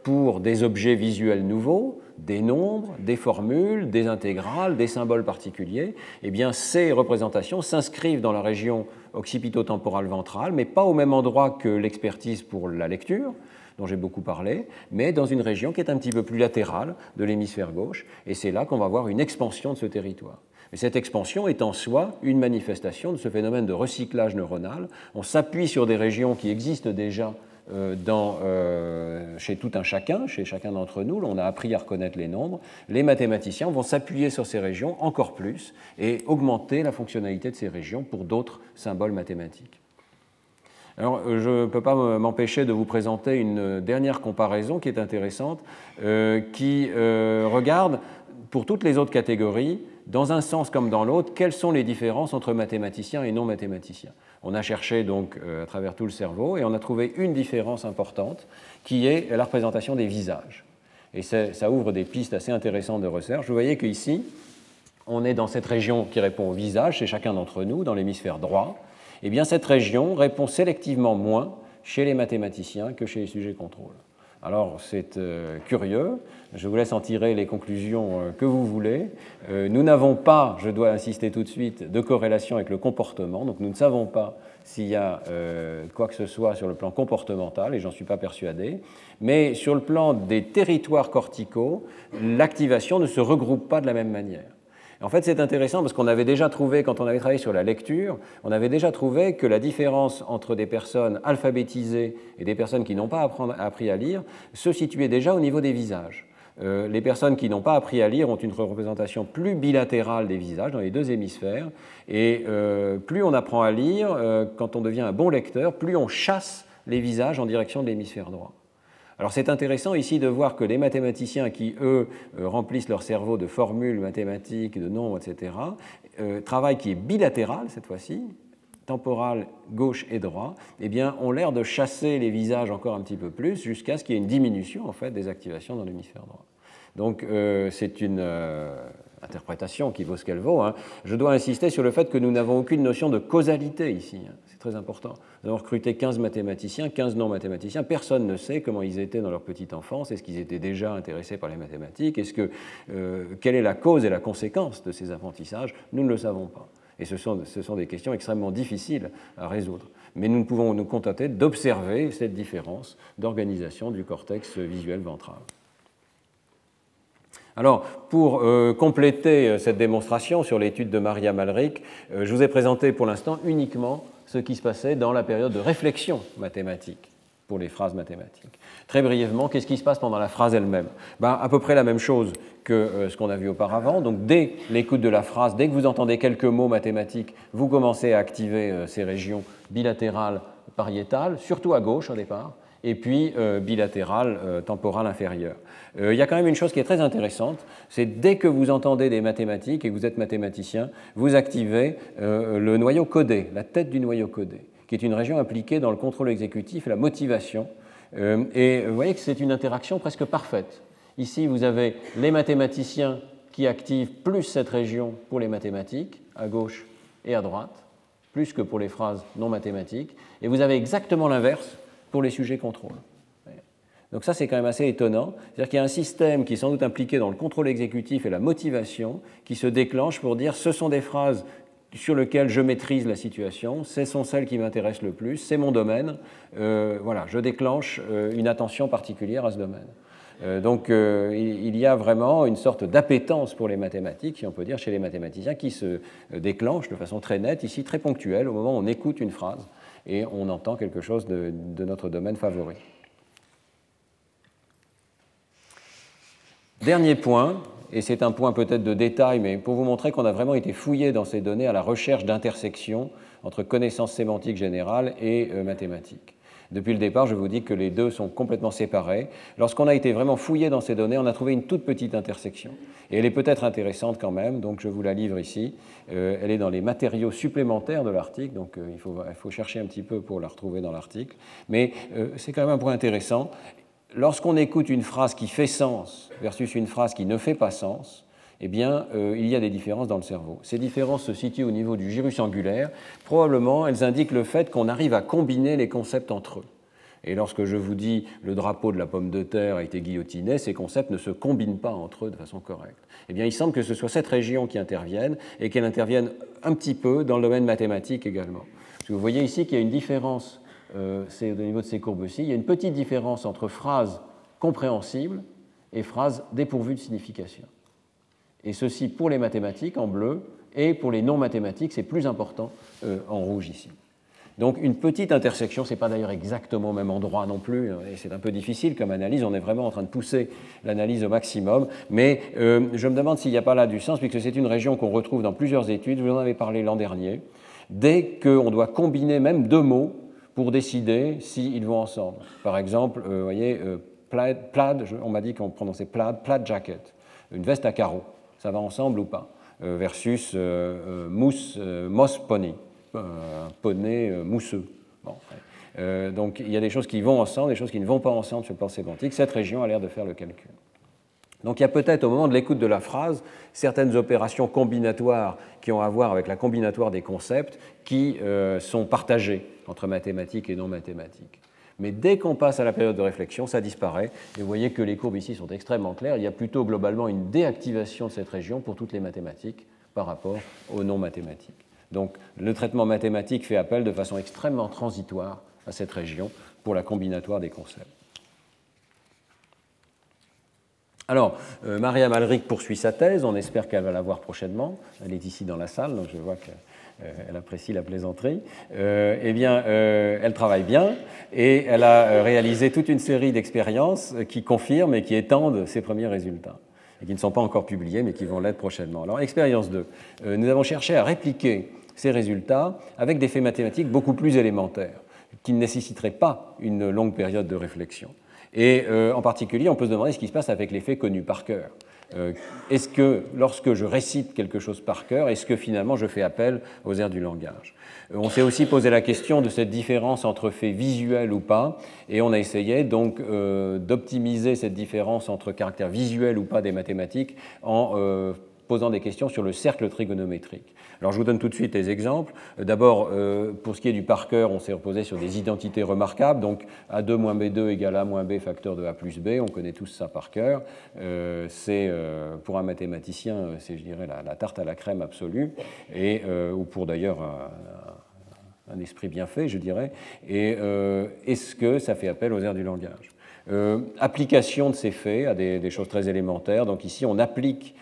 pour des objets visuels nouveaux, des nombres, des formules, des intégrales, des symboles particuliers, eh bien, ces représentations s'inscrivent dans la région occipito-temporale ventrale, mais pas au même endroit que l'expertise pour la lecture, dont j'ai beaucoup parlé, mais dans une région qui est un petit peu plus latérale de l'hémisphère gauche, et c'est là qu'on va voir une expansion de ce territoire. Mais cette expansion est en soi une manifestation de ce phénomène de recyclage neuronal. On s'appuie sur des régions qui existent déjà Dans, euh, chez tout un chacun, chez chacun d'entre nous. On a appris à reconnaître les nombres. Les mathématiciens vont s'appuyer sur ces régions encore plus et augmenter la fonctionnalité de ces régions pour d'autres symboles mathématiques. Alors, je ne peux pas m'empêcher de vous présenter une dernière comparaison qui est intéressante, euh, qui euh, regarde, pour toutes les autres catégories, dans un sens comme dans l'autre, quelles sont les différences entre mathématiciens et non mathématiciens. On a cherché donc euh, à travers tout le cerveau et on a trouvé une différence importante qui est la représentation des visages. Et ça ouvre des pistes assez intéressantes de recherche. Vous voyez qu'ici, on est dans cette région qui répond au visage chez chacun d'entre nous, dans l'hémisphère droit. Eh bien, cette région répond sélectivement moins chez les mathématiciens que chez les sujets contrôle. Alors, c'est euh, curieux, je vous laisse en tirer les conclusions euh, que vous voulez. Euh, nous n'avons pas, je dois insister tout de suite, de corrélation avec le comportement, donc nous ne savons pas s'il y a euh, quoi que ce soit sur le plan comportemental, et j'en suis pas persuadé, mais sur le plan des territoires corticaux, l'activation ne se regroupe pas de la même manière. En fait, c'est intéressant parce qu'on avait déjà trouvé, quand on avait travaillé sur la lecture, on avait déjà trouvé que la différence entre des personnes alphabétisées et des personnes qui n'ont pas appris à lire se situait déjà au niveau des visages. Euh, les personnes qui n'ont pas appris à lire ont une représentation plus bilatérale des visages dans les deux hémisphères, et euh, plus on apprend à lire, euh, quand on devient un bon lecteur, plus on chasse les visages en direction de l'hémisphère droit. Alors c'est intéressant ici de voir que les mathématiciens qui, eux, euh, remplissent leur cerveau de formules mathématiques, de nombres, et cetera, euh, travail qui est bilatéral cette fois-ci, temporal gauche et droit, eh bien, ont l'air de chasser les visages encore un petit peu plus jusqu'à ce qu'il y ait une diminution en fait, des activations dans l'hémisphère droit. Donc euh, c'est une euh, interprétation qui vaut ce qu'elle vaut. Hein. Je dois insister sur le fait que nous n'avons aucune notion de causalité ici. Hein. C'est très important. Nous avons recruté quinze mathématiciens, quinze non-mathématiciens. Personne ne sait comment ils étaient dans leur petite enfance. Est-ce qu'ils étaient déjà intéressés par les mathématiques? Est-ce que, euh, quelle est la cause et la conséquence de ces apprentissages? Nous ne le savons pas. Et ce sont, ce sont des questions extrêmement difficiles à résoudre. Mais nous pouvons nous contenter d'observer cette différence d'organisation du cortex visuel ventral. Alors, pour euh, compléter cette démonstration sur l'étude de Maria Malrich, euh, je vous ai présenté pour l'instant uniquement ce qui se passait dans la période de réflexion mathématique pour les phrases mathématiques. Très brièvement, qu'est-ce qui se passe pendant la phrase elle-même? Ben, à peu près la même chose que euh, ce qu'on a vu auparavant. Donc, dès l'écoute de la phrase, dès que vous entendez quelques mots mathématiques, vous commencez à activer euh, ces régions bilatérales, pariétales, surtout à gauche au départ, et puis euh, bilatérale, euh, temporale inférieure. Euh, il y a quand même une chose qui est très intéressante, c'est dès que vous entendez des mathématiques et que vous êtes mathématicien, vous activez euh, le noyau codé, la tête du noyau codé, qui est une région impliquée dans le contrôle exécutif et la motivation. Euh, et vous voyez que c'est une interaction presque parfaite. Ici, vous avez les mathématiciens qui activent plus cette région pour les mathématiques, à gauche et à droite, plus que pour les phrases non mathématiques, et vous avez exactement l'inverse pour les sujets contrôle. Donc ça, c'est quand même assez étonnant. C'est-à-dire qu'il y a un système qui est sans doute impliqué dans le contrôle exécutif et la motivation qui se déclenche pour dire ce sont des phrases sur lesquelles je maîtrise la situation, ce sont celles qui m'intéressent le plus, c'est mon domaine. Euh, voilà, je déclenche euh, une attention particulière à ce domaine. Euh, donc euh, il y a vraiment une sorte d'appétence pour les mathématiques, si on peut dire, chez les mathématiciens, qui se déclenche de façon très nette, ici très ponctuelle, au moment où on écoute une phrase et on entend quelque chose de, de notre domaine favori. Dernier point, et c'est un point peut-être de détail, mais pour vous montrer qu'on a vraiment été fouillé dans ces données à la recherche d'intersections entre connaissances sémantiques générales et euh, mathématiques. Depuis le départ, je vous dis que les deux sont complètement séparés. Lorsqu'on a été vraiment fouillé dans ces données, on a trouvé une toute petite intersection. Et elle est peut-être intéressante quand même, donc je vous la livre ici. Euh, elle est dans les matériaux supplémentaires de l'article, donc euh, il faut, il faut chercher un petit peu pour la retrouver dans l'article. Mais euh, c'est quand même un point intéressant. Lorsqu'on écoute une phrase qui fait sens versus une phrase qui ne fait pas sens, eh bien, euh, il y a des différences dans le cerveau. Ces différences se situent au niveau du gyrus angulaire. Probablement, elles indiquent le fait qu'on arrive à combiner les concepts entre eux. Et lorsque je vous dis le drapeau de la pomme de terre a été guillotiné, ces concepts ne se combinent pas entre eux de façon correcte. Eh bien, il semble que ce soit cette région qui intervienne et qu'elle intervienne un petit peu dans le domaine mathématique également. Parce que vous voyez ici qu'il y a une différence, euh, c'est au niveau de ces courbes-ci, il y a une petite différence entre phrases compréhensibles et phrases dépourvues de signification. Et ceci pour les mathématiques en bleu et pour les non-mathématiques, c'est plus important euh, en rouge ici. Donc une petite intersection, ce n'est pas d'ailleurs exactement au même endroit non plus, et c'est un peu difficile comme analyse, on est vraiment en train de pousser l'analyse au maximum, mais euh, je me demande s'il n'y a pas là du sens, puisque c'est une région qu'on retrouve dans plusieurs études, je vous en avais parlé l'an dernier, dès qu'on doit combiner même deux mots pour décider s'ils vont ensemble. Par exemple, euh, vous voyez, euh, plaid, plaid je, on m'a dit qu'on prononçait plaid, plaid jacket, une veste à carreaux, ça va ensemble ou pas, euh, versus euh, euh, mousse, euh, moss pony. Un poney euh, mousseux. Bon, euh, donc il y a des choses qui vont ensemble, des choses qui ne vont pas ensemble sur le plan sémantique. Cette région a l'air de faire le calcul. Donc il y a peut-être au moment de l'écoute de la phrase certaines opérations combinatoires qui ont à voir avec la combinatoire des concepts qui euh, sont partagées entre mathématiques et non mathématiques. Mais dès qu'on passe à la période de réflexion, ça disparaît. Et vous voyez que les courbes ici sont extrêmement claires. Il y a plutôt globalement une déactivation de cette région pour toutes les mathématiques par rapport aux non mathématiques. Donc le traitement mathématique fait appel de façon extrêmement transitoire à cette région pour la combinatoire des concepts. Alors, euh, Maria Malric poursuit sa thèse, on espère qu'elle va la voir prochainement. Elle est ici dans la salle, donc je vois qu'elle euh, apprécie la plaisanterie. Euh, eh bien, euh, elle travaille bien et elle a réalisé toute une série d'expériences qui confirment et qui étendent ses premiers résultats, et qui ne sont pas encore publiés, mais qui vont l'être prochainement. Alors, expérience deux. Euh, nous avons cherché à répliquer ces résultats avec des faits mathématiques beaucoup plus élémentaires, qui ne nécessiteraient pas une longue période de réflexion. Et euh, en particulier, on peut se demander ce qui se passe avec les faits connus par cœur. Euh, est-ce que, lorsque je récite quelque chose par cœur, est-ce que finalement je fais appel aux aires du langage ? euh, On s'est aussi posé la question de cette différence entre faits visuels ou pas, et on a essayé donc euh, d'optimiser cette différence entre caractère visuel ou pas des mathématiques en euh, posant des questions sur le cercle trigonométrique. Alors je vous donne tout de suite les exemples. D'abord, euh, pour ce qui est du par cœur, on s'est reposé sur des identités remarquables, donc A deux moins B deux égale A moins B facteur de A plus B, on connaît tous ça par cœur. Euh, c'est, euh, pour un mathématicien, c'est, je dirais, la, la tarte à la crème absolue, et, euh, ou pour d'ailleurs un, un esprit bien fait, je dirais. Et euh, est-ce que ça fait appel aux aires du langage ? Euh, application de ces faits à des, des choses très élémentaires. Donc ici, on applique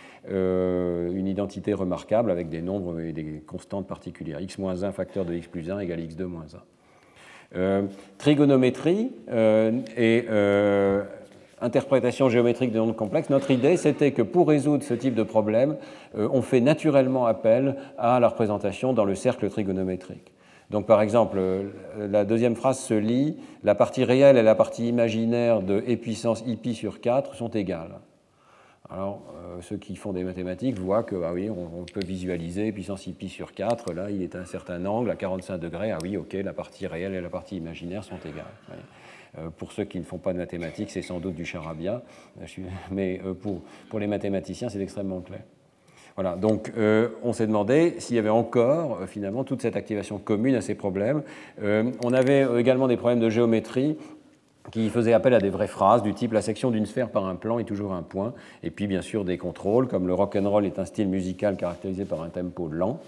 euh, une identité remarquable avec des nombres et des constantes particulières. x moins un facteur de x plus un égale x deux moins un. Euh, trigonométrie euh, et euh, interprétation géométrique de nombres complexes. Notre idée, c'était que pour résoudre ce type de problème, euh, on fait naturellement appel à la représentation dans le cercle trigonométrique. Donc, par exemple, la deuxième phrase se lit « La partie réelle et la partie imaginaire de e puissance i pi sur quatre sont égales ». Alors, euh, ceux qui font des mathématiques voient que, ah oui, on, on peut visualiser puissance i pi sur quatre, là, il est à un certain angle, à quarante-cinq degrés, ah oui, ok, la partie réelle et la partie imaginaire sont égales. Oui. Euh, pour ceux qui ne font pas de mathématiques, c'est sans doute du charabia, mais euh, pour, pour les mathématiciens, c'est extrêmement clair. Voilà, donc euh, on s'est demandé s'il y avait encore euh, finalement toute cette activation commune à ces problèmes. Euh, on avait également des problèmes de géométrie qui faisaient appel à des vraies phrases du type la section d'une sphère par un plan est toujours un point, et puis bien sûr des contrôles comme le rock'n'roll est un style musical caractérisé par un tempo lent,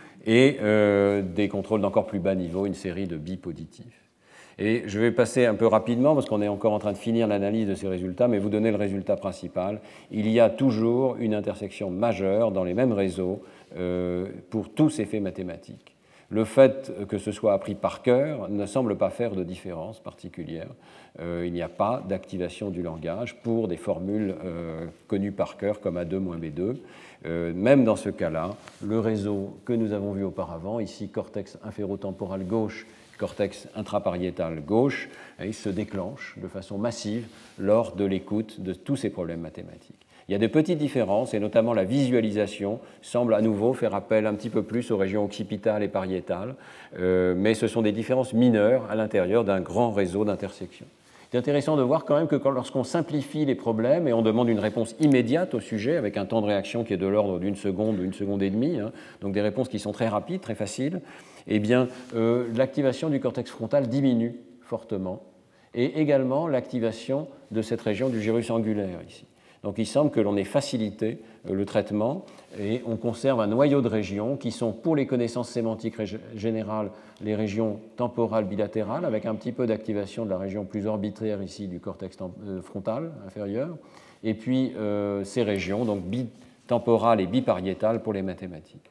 et euh, des contrôles d'encore plus bas niveau, une série de bipositifs. Et je vais passer un peu rapidement, parce qu'on est encore en train de finir l'analyse de ces résultats, mais vous donner le résultat principal. Il y a toujours une intersection majeure dans les mêmes réseaux euh, pour tous ces faits mathématiques. Le fait que ce soit appris par cœur ne semble pas faire de différence particulière. Euh, il n'y a pas d'activation du langage pour des formules euh, connues par cœur comme A deux moins B deux. Euh, même dans ce cas-là, le réseau que nous avons vu auparavant, ici cortex inférotemporal gauche, cortex intrapariétal gauche, il se déclenche de façon massive lors de l'écoute de tous ces problèmes mathématiques. Il y a de petites différences, et notamment la visualisation semble à nouveau faire appel un petit peu plus aux régions occipitales et pariétales, euh, mais ce sont des différences mineures à l'intérieur d'un grand réseau d'intersections. C'est intéressant de voir quand même que lorsqu'on simplifie les problèmes et on demande une réponse immédiate au sujet avec un temps de réaction qui est de l'ordre d'une seconde ou une seconde et demie, hein, donc des réponses qui sont très rapides, très faciles, eh bien, euh, l'activation du cortex frontal diminue fortement. et également l'activation de cette région du gyrus angulaire ici. Donc il semble que l'on ait facilité le traitement et on conserve un noyau de régions qui sont, pour les connaissances sémantiques générales, les régions temporales bilatérales, avec un petit peu d'activation de la région plus orbitaire ici du cortex frontal inférieur, et puis euh, ces régions, donc bitemporales et bipariétales pour les mathématiques.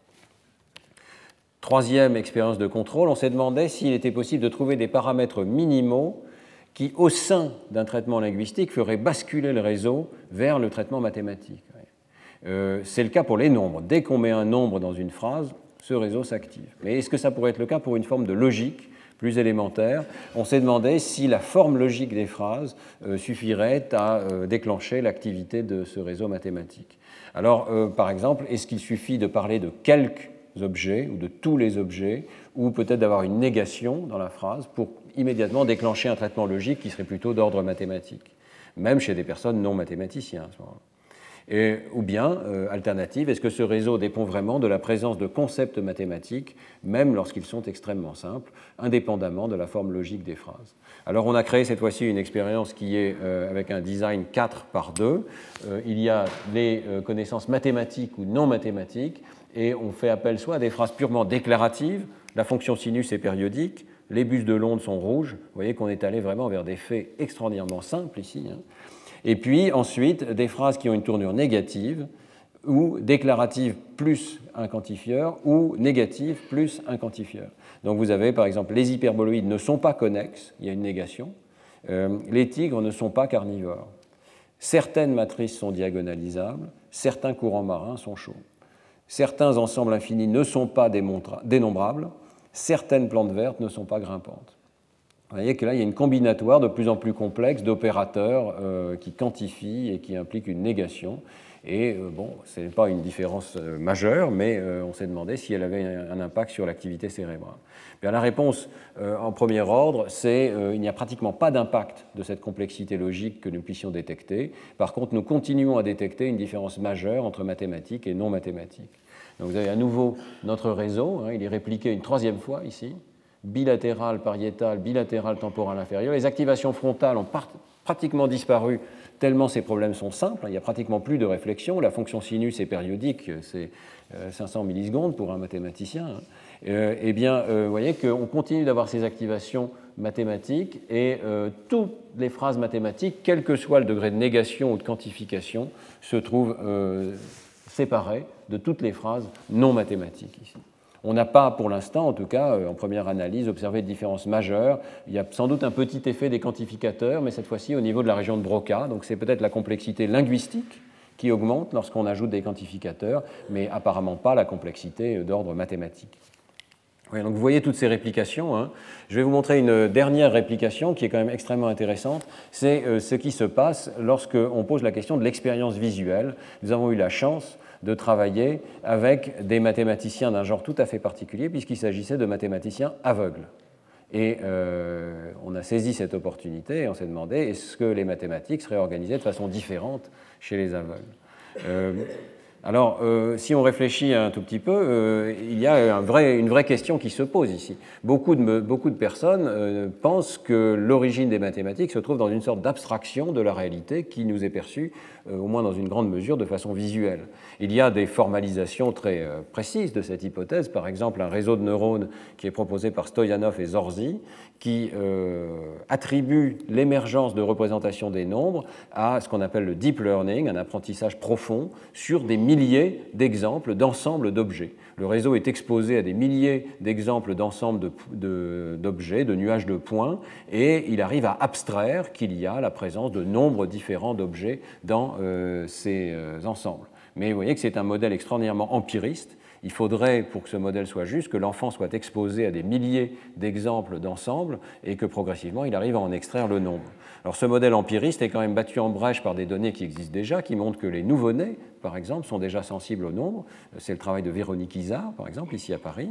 Troisième expérience de contrôle, on s'est demandé s'il était possible de trouver des paramètres minimaux qui, au sein d'un traitement linguistique, feraient basculer le réseau vers le traitement mathématique. Euh, c'est le cas pour les nombres. Dès qu'on met un nombre dans une phrase, ce réseau s'active. Mais est-ce que ça pourrait être le cas pour une forme de logique plus élémentaire? On s'est demandé si la forme logique des phrases euh, suffirait à euh, déclencher l'activité de ce réseau mathématique. Alors, euh, par exemple, est-ce qu'il suffit de parler de quelques objets ou de tous les objets, ou peut-être d'avoir une négation dans la phrase pour immédiatement déclencher un traitement logique qui serait plutôt d'ordre mathématique, même chez des personnes non mathématiciens à ce moment-là. Et, ou bien, euh, alternative, est-ce que ce réseau dépend vraiment de la présence de concepts mathématiques, même lorsqu'ils sont extrêmement simples, indépendamment de la forme logique des phrases? Alors on a créé cette fois-ci une expérience qui est euh, avec un design quatre par deux. Euh, il y a les euh, connaissances mathématiques ou non mathématiques, et on fait appel soit à des phrases purement déclaratives, la fonction sinus est périodique, les bus de l'onde sont rouges, vous voyez qu'on est allé vraiment vers des faits extraordinairement simples ici, hein. Et puis ensuite des phrases qui ont une tournure négative, ou déclarative plus un quantifieur, ou négative plus un quantifieur. Donc vous avez par exemple les hyperboloïdes ne sont pas connexes, il y a une négation, euh, les tigres ne sont pas carnivores, certaines matrices sont diagonalisables, certains courants marins sont chauds. Certains ensembles infinis ne sont pas dénombrables, certaines plantes vertes ne sont pas grimpantes. Vous voyez que là, il y a une combinatoire de plus en plus complexe d'opérateurs euh, qui quantifient et qui impliquent une négation. Et euh, bon, ce n'est pas une différence euh, majeure, mais euh, on s'est demandé si elle avait un, un impact sur l'activité cérébrale. Bien, la réponse euh, en premier ordre, c'est qu'il n'y a pratiquement pas d'impact de cette complexité logique que nous puissions détecter. Par contre, nous continuons à détecter une différence majeure entre mathématiques et non mathématiques. Donc vous avez à nouveau notre réseau, hein, il est répliqué une troisième fois ici, bilatéral, pariétal, bilatéral, temporal inférieur. Les activations frontales ont part- pratiquement disparu tellement ces problèmes sont simples, hein, il n'y a pratiquement plus de réflexion, la fonction sinus est périodique, c'est euh, cinq cents millisecondes pour un mathématicien. Hein. Euh, eh bien, euh, vous voyez qu'on continue d'avoir ces activations mathématiques et euh, toutes les phrases mathématiques, quel que soit le degré de négation ou de quantification, se trouvent euh, séparées de toutes les phrases non mathématiques ici. On n'a pas, pour l'instant, en tout cas, en première analyse, observé de différences majeures. Il y a sans doute un petit effet des quantificateurs, mais cette fois-ci au niveau de la région de Broca. Donc c'est peut-être la complexité linguistique qui augmente lorsqu'on ajoute des quantificateurs, mais apparemment pas la complexité d'ordre mathématique. Oui, donc vous voyez toutes ces réplications. Hein. Je vais vous montrer une dernière réplication qui est quand même extrêmement intéressante. C'est euh, ce qui se passe lorsqu'on pose la question de l'expérience visuelle. Nous avons eu la chance de travailler avec des mathématiciens d'un genre tout à fait particulier, puisqu'il s'agissait de mathématiciens aveugles. Et euh, on a saisi cette opportunité et on s'est demandé est-ce que les mathématiques seraient organisées de façon différente chez les aveugles. Euh, alors, euh, si on réfléchit un tout petit peu, euh, il y a un vrai, une vraie question qui se pose ici. Beaucoup de, beaucoup de personnes euh, pensent que l'origine des mathématiques se trouve dans une sorte d'abstraction de la réalité qui nous est perçue, euh, au moins dans une grande mesure, de façon visuelle. Il y a des formalisations très euh, précises de cette hypothèse, par exemple un réseau de neurones qui est proposé par Stoyanov et Zorzi, qui euh, attribue l'émergence de représentations des nombres à ce qu'on appelle le deep learning, un apprentissage profond sur des milliers d'exemples d'ensembles d'objets. Le réseau est exposé à des milliers d'exemples d'ensembles de, de, d'objets, de nuages de points, et il arrive à abstraire qu'il y a la présence de nombres différents d'objets dans euh, ces euh, ensembles. Mais vous voyez que c'est un modèle extraordinairement empiriste. Il faudrait, pour que ce modèle soit juste, que l'enfant soit exposé à des milliers d'exemples d'ensembles et que progressivement il arrive à en extraire le nombre. Alors ce modèle empiriste est quand même battu en brèche par des données qui existent déjà, qui montrent que les nouveau-nés, par exemple, sont déjà sensibles au nombre. C'est le travail de Véronique Izard, par exemple, ici à Paris.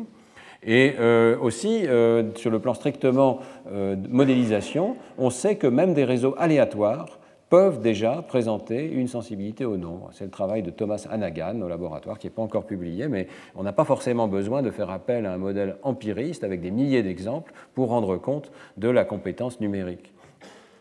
Et euh, aussi, euh, sur le plan strictement euh, de modélisation, on sait que même des réseaux aléatoires peuvent déjà présenter une sensibilité au nombre. C'est le travail de Thomas Hannagan au laboratoire qui n'est pas encore publié, mais on n'a pas forcément besoin de faire appel à un modèle empiriste avec des milliers d'exemples pour rendre compte de la compétence numérique.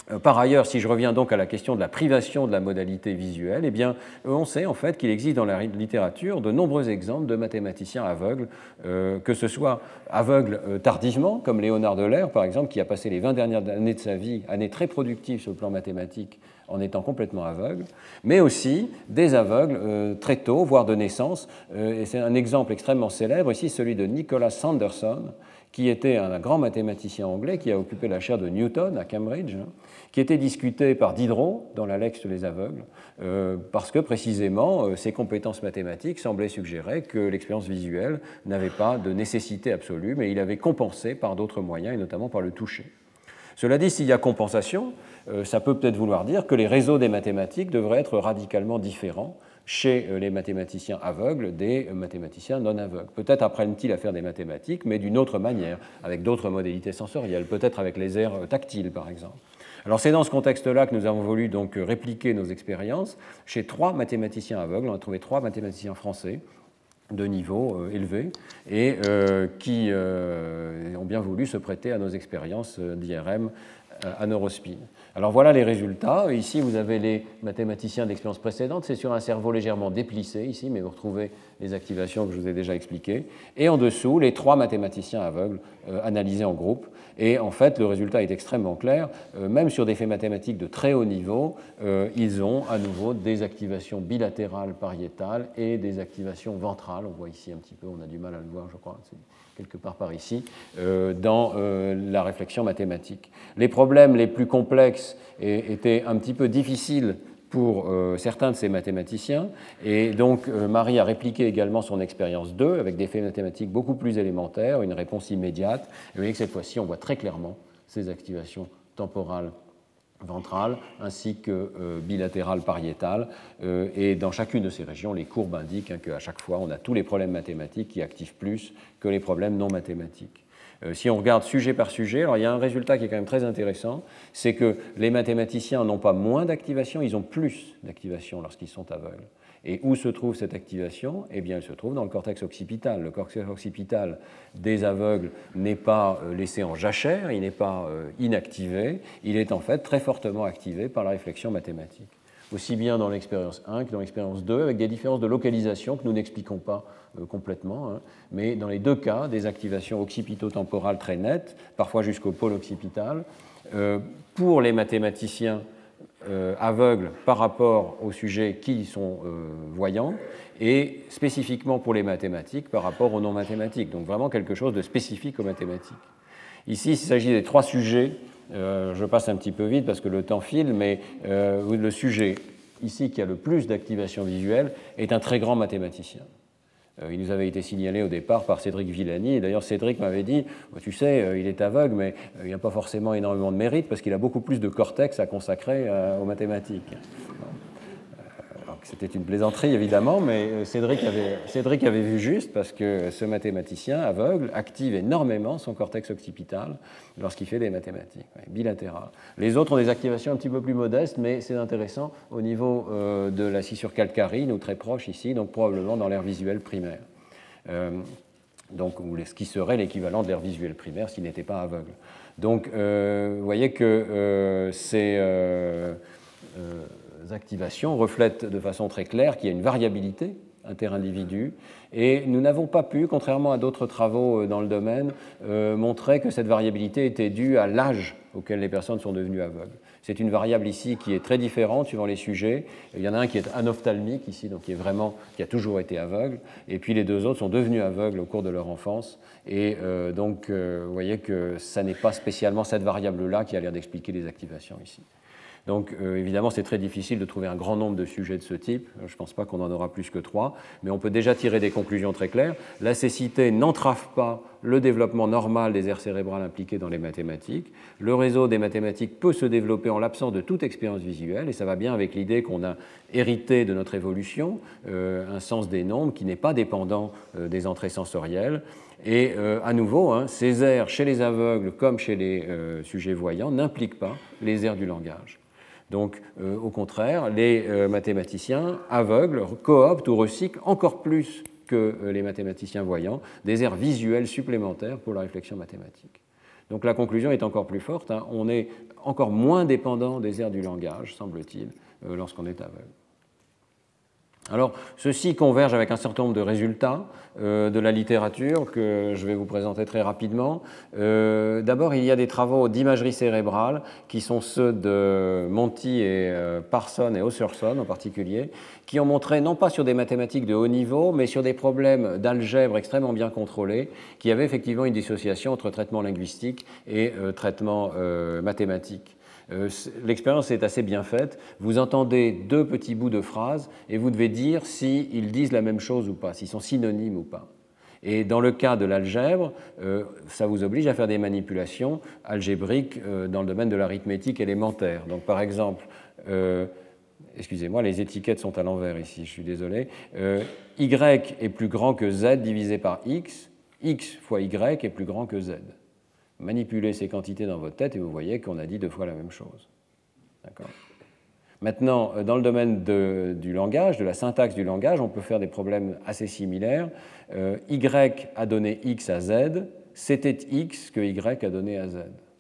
Par ailleurs, si je reviens donc à la question de la privation de la modalité visuelle, eh bien, on sait en fait qu'il existe dans la littérature de nombreux exemples de mathématiciens aveugles, euh, que ce soit aveugles euh, tardivement, comme Léonard de Leyre, par exemple, qui a passé les vingt dernières années de sa vie, années très productives sur le plan mathématique, en étant complètement aveugle, mais aussi des aveugles euh, très tôt, voire de naissance. Euh, et c'est un exemple extrêmement célèbre ici, celui de Nicholas Sanderson, qui était un grand mathématicien anglais qui a occupé la chaire de Newton à Cambridge, hein, qui était discuté par Diderot dans la Lex sur les aveugles, euh, parce que précisément euh, ses compétences mathématiques semblaient suggérer que l'expérience visuelle n'avait pas de nécessité absolue, mais il avait compensé par d'autres moyens, et notamment par le toucher. Cela dit, s'il y a compensation, euh, ça peut peut-être vouloir dire que les réseaux des mathématiques devraient être radicalement différents chez les mathématiciens aveugles des mathématiciens non aveugles. Peut-être apprennent-ils à faire des mathématiques, mais d'une autre manière, avec d'autres modalités sensorielles, peut-être avec les aires tactiles, par exemple. Alors c'est dans ce contexte-là que nous avons voulu donc répliquer nos expériences chez trois mathématiciens aveugles. On a trouvé trois mathématiciens français de niveau euh, élevé et euh, qui euh, ont bien voulu se prêter à nos expériences d'I R M à Neurospin. Alors voilà les résultats. Ici, vous avez les mathématiciens de l'expérience précédente. C'est sur un cerveau légèrement déplissé ici, mais vous retrouvez les activations que je vous ai déjà expliquées. Et en dessous, les trois mathématiciens aveugles euh, analysés en groupe. Et en fait, le résultat est extrêmement clair. Euh, même sur des faits mathématiques de très haut niveau, euh, ils ont à nouveau des activations bilatérales pariétales et des activations ventrales. On voit ici un petit peu, on a du mal à le voir, je crois. C'est quelque part par ici, euh, dans euh, la réflexion mathématique. Les problèmes les plus complexes et, étaient un petit peu difficiles pour euh, certains de ces mathématiciens, et donc euh, Marie a répliqué également son expérience deux avec des faits mathématiques beaucoup plus élémentaires, une réponse immédiate, et vous voyez que cette fois-ci on voit très clairement ces activations temporales ventrale ainsi que euh, bilatérale pariétale. Euh, et dans chacune de ces régions, les courbes indiquent hein, qu'à chaque fois, on a tous les problèmes mathématiques qui activent plus que les problèmes non mathématiques. Euh, si on regarde sujet par sujet, alors il y a un résultat qui est quand même très intéressant, c'est que les mathématiciens n'ont pas moins d'activation, ils ont plus d'activation lorsqu'ils sont aveugles. Et où se trouve cette activation? Eh bien, elle se trouve dans le cortex occipital. Le cortex occipital des aveugles n'est pas laissé en jachère, il n'est pas inactivé, il est en fait très fortement activé par la réflexion mathématique. Aussi bien dans l'expérience un que dans l'expérience deux, avec des différences de localisation que nous n'expliquons pas euh, complètement, hein, mais dans les deux cas, des activations occipito-temporales très nettes, parfois jusqu'au pôle occipital. Euh, pour les mathématiciens Euh, aveugles par rapport aux sujets qui sont euh, voyants et spécifiquement pour les mathématiques par rapport aux non-mathématiques. Donc vraiment quelque chose de spécifique aux mathématiques. Ici, il s'agit des trois sujets. Euh, je passe un petit peu vite parce que le temps file, mais euh, le sujet ici qui a le plus d'activation visuelle est un très grand mathématicien. Il nous avait été signalé au départ par Cédric Villani. Et d'ailleurs, Cédric m'avait dit, tu sais, il est aveugle, mais il n'a pas forcément énormément de mérite parce qu'il a beaucoup plus de cortex à consacrer aux mathématiques. C'était une plaisanterie, évidemment, mais Cédric avait, Cédric avait vu juste parce que ce mathématicien aveugle active énormément son cortex occipital lorsqu'il fait des mathématiques, bilatérales. Les autres ont des activations un petit peu plus modestes, mais c'est intéressant au niveau euh, de la scissure calcarine, ou très proche ici, donc probablement dans l'aire visuelle primaire. Euh, donc, ce qui serait l'équivalent de l'aire visuelle primaire s'il n'était pas aveugle. Donc, euh, vous voyez que euh, c'est... Euh, euh, activations reflètent de façon très claire qu'il y a une variabilité interindividu et nous n'avons pas pu, contrairement à d'autres travaux dans le domaine, euh, montrer que cette variabilité était due à l'âge auquel les personnes sont devenues aveugles. C'est une variable ici qui est très différente suivant les sujets. Il y en a un qui est anophtalmique ici, donc qui est vraiment qui a toujours été aveugle, et puis les deux autres sont devenus aveugles au cours de leur enfance. Et euh, donc, euh, vous voyez que ça n'est pas spécialement cette variable-là qui a l'air d'expliquer les activations ici. Donc euh, évidemment, c'est très difficile de trouver un grand nombre de sujets de ce type. Je ne pense pas qu'on en aura plus que trois, mais on peut déjà tirer des conclusions très claires. La cécité n'entrave pas le développement normal des aires cérébrales impliquées dans les mathématiques. Le réseau des mathématiques peut se développer en l'absence de toute expérience visuelle, et ça va bien avec l'idée qu'on a hérité de notre évolution euh, un sens des nombres qui n'est pas dépendant euh, des entrées sensorielles. Et euh, à nouveau, hein, ces aires chez les aveugles comme chez les euh, sujets voyants n'impliquent pas les aires du langage. Donc, euh, au contraire, les euh, mathématiciens aveugles cooptent ou recyclent encore plus que euh, les mathématiciens voyants des aires visuelles supplémentaires pour la réflexion mathématique. Donc la conclusion est encore plus forte, hein. On est encore moins dépendant des aires du langage, semble-t-il, euh, lorsqu'on est aveugle. Alors, ceci converge avec un certain nombre de résultats euh, de la littérature que je vais vous présenter très rapidement. Euh, D'abord, il y a des travaux d'imagerie cérébrale qui sont ceux de Monty et euh, Parson et Osserson en particulier, qui ont montré, non pas sur des mathématiques de haut niveau, mais sur des problèmes d'algèbre extrêmement bien contrôlés, qu'il y avait effectivement une dissociation entre traitement linguistique et euh, traitement euh, mathématique. L'expérience est assez bien faite. Vous entendez deux petits bouts de phrases et vous devez dire s'ils disent la même chose ou pas, s'ils sont synonymes ou pas. Et dans le cas de l'algèbre, euh, ça vous oblige à faire des manipulations algébriques euh, dans le domaine de l'arithmétique élémentaire. Donc par exemple, euh, excusez-moi, les étiquettes sont à l'envers ici, je suis désolé. Euh, y est plus grand que z divisé par x, x fois y est plus grand que z. Manipulez ces quantités dans votre tête et vous voyez qu'on a dit deux fois la même chose. D'accord ? Maintenant, dans le domaine de, du langage, de la syntaxe du langage, on peut faire des problèmes assez similaires. Euh, y a donné x à z, c'était x que y a donné à z.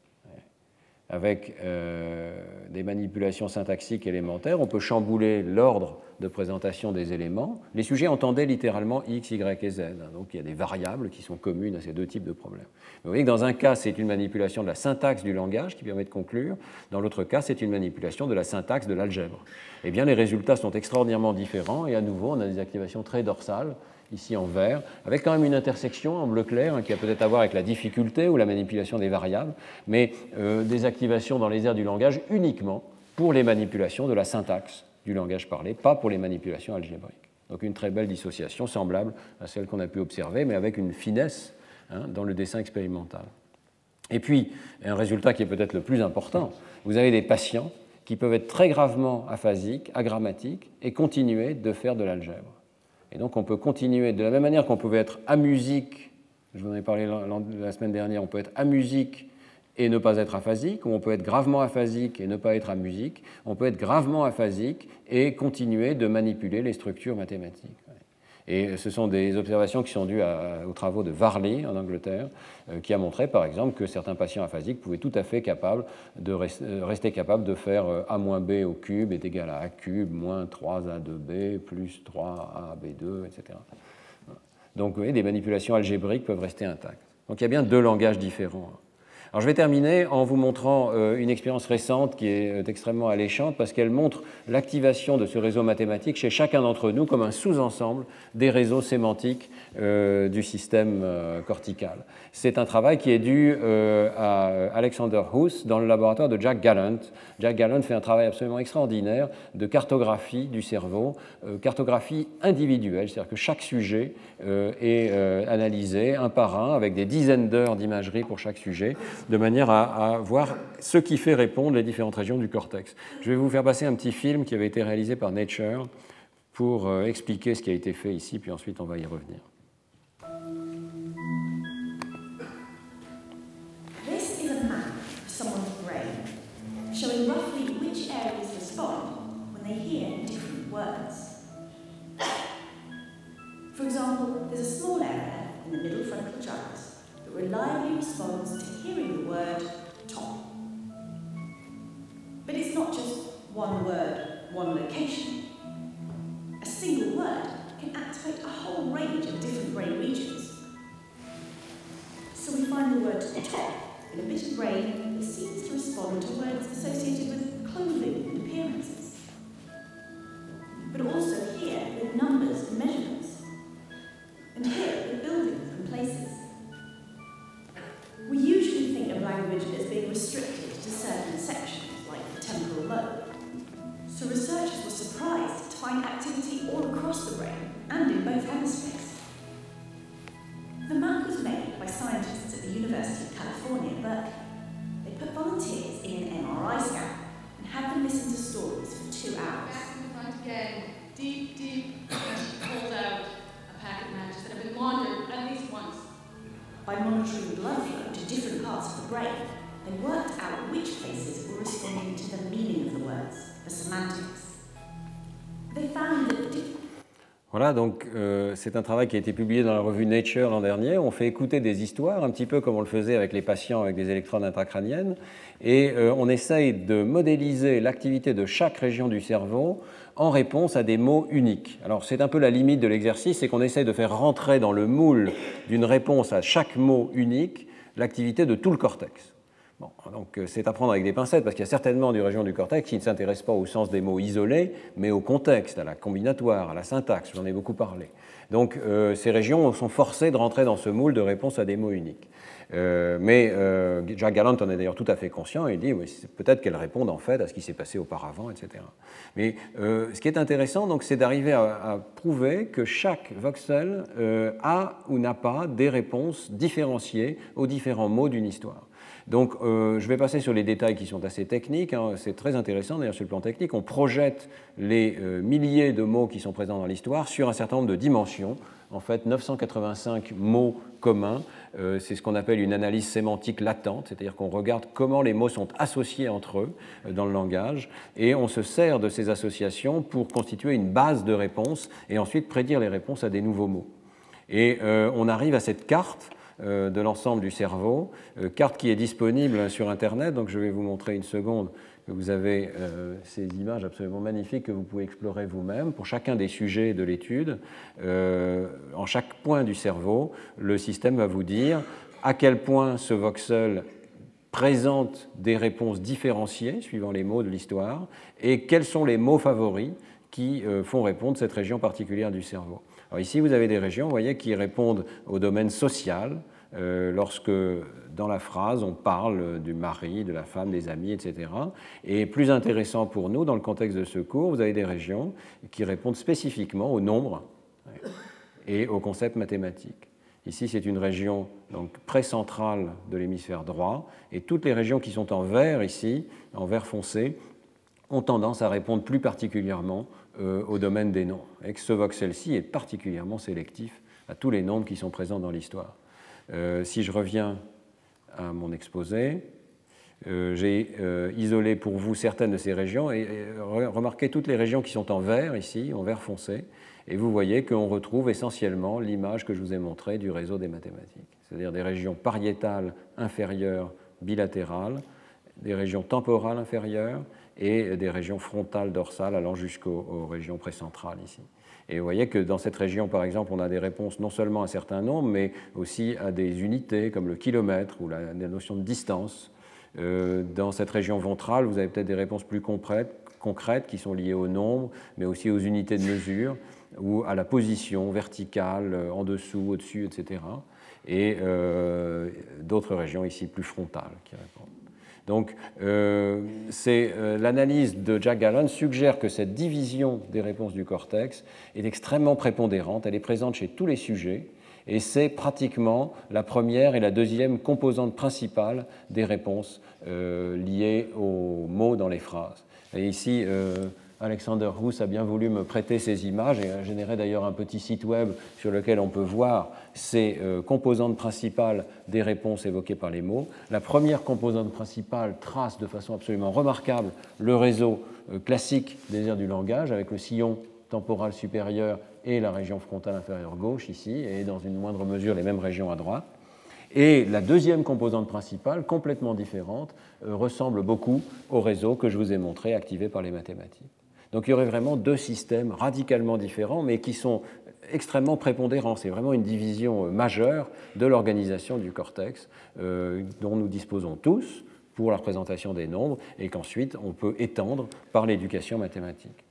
Avec euh, des manipulations syntaxiques élémentaires, on peut chambouler l'ordre de présentation des éléments. Les sujets entendaient littéralement x, y et z. Donc il y a des variables qui sont communes à ces deux types de problèmes. Vous voyez que dans un cas, c'est une manipulation de la syntaxe du langage qui permet de conclure. Dans l'autre cas, c'est une manipulation de la syntaxe de l'algèbre. Eh bien, les résultats sont extraordinairement différents. Et à nouveau, on a des activations très dorsales, ici en vert, avec quand même une intersection en bleu clair, hein, qui a peut-être à voir avec la difficulté ou la manipulation des variables, mais euh, des activations dans les aires du langage uniquement pour les manipulations de la syntaxe du langage parlé, pas pour les manipulations algébriques. Donc une très belle dissociation semblable à celle qu'on a pu observer, mais avec une finesse, hein, dans le dessin expérimental. Et puis, un résultat qui est peut-être le plus important, vous avez des patients qui peuvent être très gravement aphasiques, agrammatiques, et continuer de faire de l'algèbre. Et donc on peut continuer, de la même manière qu'on pouvait être amusique, je vous en ai parlé la semaine dernière, on peut être amusique et ne pas être aphasique, ou on peut être gravement aphasique et ne pas être amusique, on peut être gravement aphasique et continuer de manipuler les structures mathématiques. Et ce sont des observations qui sont dues à, aux travaux de Varley en Angleterre, euh, qui a montré par exemple que certains patients aphasiques pouvaient tout à fait capables de rest, euh, rester capables de faire euh, a moins b au cube est égal à a cube moins trois a deux b plus trois a b deux, et cetera. Donc vous voyez, des manipulations algébriques peuvent rester intactes. Donc il y a bien deux langages différents. Alors je vais terminer en vous montrant euh, une expérience récente qui est extrêmement alléchante parce qu'elle montre l'activation de ce réseau mathématique chez chacun d'entre nous comme un sous-ensemble des réseaux sémantiques euh, du système euh, cortical. C'est un travail qui est dû euh, à Alexander Huss dans le laboratoire de Jack Gallant. Jack Gallant fait un travail absolument extraordinaire de cartographie du cerveau, euh, cartographie individuelle, c'est-à-dire que chaque sujet euh, est euh, analysé un par un avec des dizaines d'heures d'imagerie pour chaque sujet, de manière à, à voir ce qui fait répondre les différentes régions du cortex. Je vais vous faire passer un petit film qui avait été réalisé par Nature pour euh, expliquer ce qui a été fait ici, puis ensuite on va y revenir. This is a map of someone's brain, showing roughly which areas respond when they hear different words. For example, there's a small area in the middle frontal gyrus that reliably responds to hearing the word top. But it's not just one word, one location. A single word can activate a whole range of different brain regions. So we find the word top in a bit of brain that seems to respond to words associated with clothing and appearances. But also here with numbers and measurements. And here with buildings and places. We usually think of language as being restricted to certain sections, like the temporal lobe. So researchers were surprised to find activity all across the brain and in both hemispheres. The map was made by scientists at the University of California, Berkeley. They put volunteers in an M R I scan and had them listen to stories for two hours. Back in the front again, deep, deep, and she pulled out a packet of matches that have been laundered at least once. By monitoring blood flow to different parts of the brain, they worked out which places were responding to the meaning of the words, the semantics. They found that... Voilà, donc euh, c'est un travail qui a été publié dans la revue Nature l'an dernier. On fait écouter des histoires, un petit peu comme on le faisait avec les patients avec des électrodes intracrâniennes, et euh, on essaye de modéliser l'activité de chaque région du cerveau en réponse à des mots uniques. Alors c'est un peu la limite de l'exercice, c'est qu'on essaye de faire rentrer dans le moule d'une réponse à chaque mot unique l'activité de tout le cortex. Bon, donc c'est à prendre avec des pincettes, parce qu'il y a certainement des régions du cortex qui ne s'intéressent pas au sens des mots isolés, mais au contexte, à la combinatoire, à la syntaxe, j'en ai beaucoup parlé. Donc euh, ces régions sont forcées de rentrer dans ce moule de réponse à des mots uniques. Euh, mais euh, Jack Gallant en est d'ailleurs tout à fait conscient, il dit oui, peut-être qu'elles répondent en fait à ce qui s'est passé auparavant, et cetera. Mais euh, ce qui est intéressant, donc, c'est d'arriver à, à prouver que chaque voxel euh, a ou n'a pas des réponses différenciées aux différents mots d'une histoire. Donc, euh, je vais passer sur les détails qui sont assez techniques. Hein. C'est très intéressant, d'ailleurs, sur le plan technique. On projette les euh, milliers de mots qui sont présents dans l'histoire sur un certain nombre de dimensions. En fait, neuf cent quatre-vingt-cinq mots communs. Euh, c'est ce qu'on appelle une analyse sémantique latente, c'est-à-dire qu'on regarde comment les mots sont associés entre eux euh, dans le langage, et on se sert de ces associations pour constituer une base de réponses et ensuite prédire les réponses à des nouveaux mots. Et euh, on arrive à cette carte de l'ensemble du cerveau, carte qui est disponible sur Internet, donc je vais vous montrer une seconde que vous avez euh, ces images absolument magnifiques que vous pouvez explorer vous-même pour chacun des sujets de l'étude. Euh, en chaque point du cerveau, le système va vous dire à quel point ce voxel présente des réponses différenciées suivant les mots de l'histoire et quels sont les mots favoris qui euh, font répondre cette région particulière du cerveau. Alors ici, vous avez des régions, vous voyez, qui répondent au domaine social, euh, lorsque dans la phrase, on parle du mari, de la femme, des amis, et cetera. Et plus intéressant pour nous, dans le contexte de ce cours, vous avez des régions qui répondent spécifiquement au nombre et au concept mathématique. Ici, c'est une région donc précentrale de l'hémisphère droit, et toutes les régions qui sont en vert ici, en vert foncé, ont tendance à répondre plus particulièrement euh, au domaine des nombres. Et que ce voxel-ci est particulièrement sélectif à tous les nombres qui sont présents dans l'histoire. Euh, si je reviens à mon exposé, euh, j'ai euh, isolé pour vous certaines de ces régions, et, et remarquez toutes les régions qui sont en vert ici, en vert foncé, et vous voyez qu'on retrouve essentiellement l'image que je vous ai montrée du réseau des mathématiques, c'est-à-dire des régions pariétales inférieures bilatérales, des régions temporales inférieures, et des régions frontales dorsales allant jusqu'aux régions précentrales ici. Et vous voyez que dans cette région, par exemple, on a des réponses non seulement à certains nombres, mais aussi à des unités comme le kilomètre ou la, la notion de distance. Euh, dans cette région ventrale, vous avez peut-être des réponses plus concrètes, concrètes qui sont liées au nombre, mais aussi aux unités de mesure ou à la position verticale, en dessous, au-dessus, et cetera. Et euh, d'autres régions ici plus frontales qui répondent. Donc, euh, euh, l'analyse de Jack Gallant suggère que cette division des réponses du cortex est extrêmement prépondérante, elle est présente chez tous les sujets, et c'est pratiquement la première et la deuxième composante principale des réponses euh, liées aux mots dans les phrases. Et ici, euh, Alexander Huss a bien voulu me prêter ces images et a généré d'ailleurs un petit site web sur lequel on peut voir ces euh, composantes principales des réponses évoquées par les mots. La première composante principale trace de façon absolument remarquable le réseau euh, classique des aires du langage avec le sillon temporal supérieur et la région frontale inférieure gauche ici, et dans une moindre mesure les mêmes régions à droite. Et la deuxième composante principale, complètement différente, euh, ressemble beaucoup au réseau que je vous ai montré activé par les mathématiques. Donc il y aurait vraiment deux systèmes radicalement différents, mais qui sont extrêmement prépondérants. C'est vraiment une division majeure de l'organisation du cortex euh, dont nous disposons tous pour la représentation des nombres et qu'ensuite on peut étendre par l'éducation mathématique.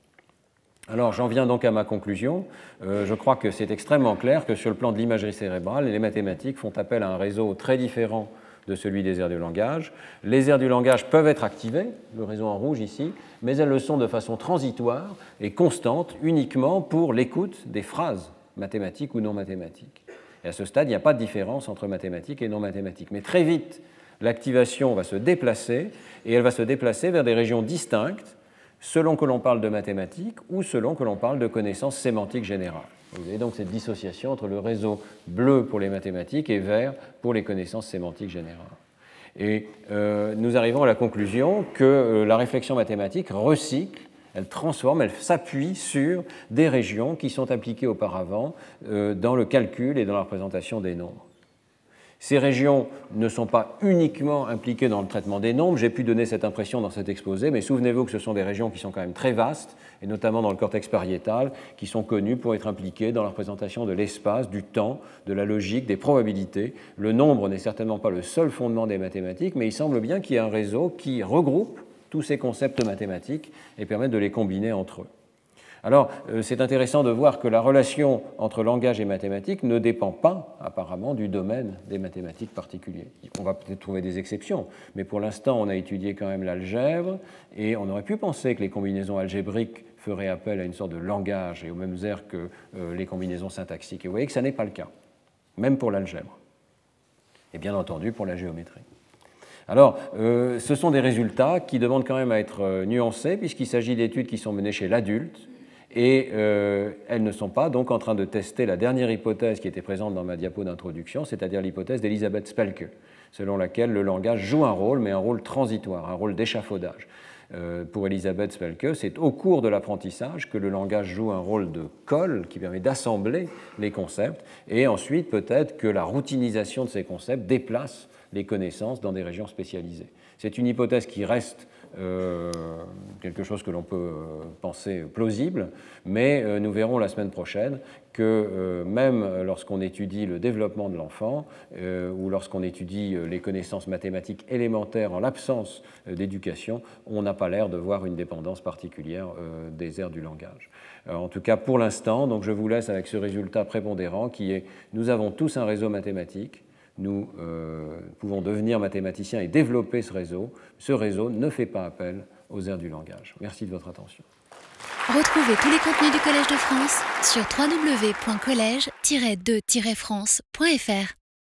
Alors j'en viens donc à ma conclusion. Euh, je crois que c'est extrêmement clair que sur le plan de l'imagerie cérébrale, les mathématiques font appel à un réseau très différent de celui des aires du langage. Les aires du langage peuvent être activées, le réseau en rouge ici, mais elles le sont de façon transitoire et constante uniquement pour l'écoute des phrases mathématiques ou non mathématiques. Et à ce stade, il n'y a pas de différence entre mathématiques et non mathématiques. Mais très vite, l'activation va se déplacer et elle va se déplacer vers des régions distinctes selon que l'on parle de mathématiques ou selon que l'on parle de connaissances sémantiques générales. Vous avez donc cette dissociation entre le réseau bleu pour les mathématiques et vert pour les connaissances sémantiques générales. Et euh, nous arrivons à la conclusion que euh, la réflexion mathématique recycle Elle transforme, elle s'appuie sur des régions qui sont appliquées auparavant euh, dans le calcul et dans la représentation des nombres. Ces régions ne sont pas uniquement impliquées dans le traitement des nombres, j'ai pu donner cette impression dans cet exposé, mais souvenez-vous que ce sont des régions qui sont quand même très vastes, et notamment dans le cortex pariétal, qui sont connues pour être impliquées dans la représentation de l'espace, du temps, de la logique, des probabilités. Le nombre n'est certainement pas le seul fondement des mathématiques, mais il semble bien qu'il y ait un réseau qui regroupe tous ces concepts mathématiques et permet de les combiner entre eux. Alors, c'est intéressant de voir que la relation entre langage et mathématiques ne dépend pas, apparemment, du domaine des mathématiques particuliers. On va peut-être trouver des exceptions, mais pour l'instant, on a étudié quand même l'algèbre, et on aurait pu penser que les combinaisons algébriques feraient appel à une sorte de langage et aux mêmes aires que euh, les combinaisons syntaxiques. Et vous voyez que ça n'est pas le cas, même pour l'algèbre, et bien entendu pour la géométrie. Alors, euh, ce sont des résultats qui demandent quand même à être euh, nuancés, puisqu'il s'agit d'études qui sont menées chez l'adulte, et euh, elles ne sont pas donc en train de tester la dernière hypothèse qui était présente dans ma diapo d'introduction, c'est-à-dire l'hypothèse d'Elisabeth Spelke, selon laquelle le langage joue un rôle, mais un rôle transitoire, un rôle d'échafaudage. Euh, pour Elisabeth Spelke, c'est au cours de l'apprentissage que le langage joue un rôle de colle qui permet d'assembler les concepts, et ensuite peut-être que la routinisation de ces concepts déplace les connaissances dans des régions spécialisées. C'est une hypothèse qui reste Euh, quelque chose que l'on peut euh, penser plausible, mais euh, nous verrons la semaine prochaine que euh, même lorsqu'on étudie le développement de l'enfant euh, ou lorsqu'on étudie euh, les connaissances mathématiques élémentaires en l'absence euh, d'éducation, on n'a pas l'air de voir une dépendance particulière euh, des aires du langage. Euh, en tout cas, pour l'instant, donc je vous laisse avec ce résultat prépondérant qui est « nous avons tous un réseau mathématique ». Nous euh, pouvons devenir mathématiciens et développer ce réseau. Ce réseau ne fait pas appel aux aires du langage. Merci de votre attention. Retrouvez tous les contenus du Collège de France sur w w w point collège tiret de tiret france point f r.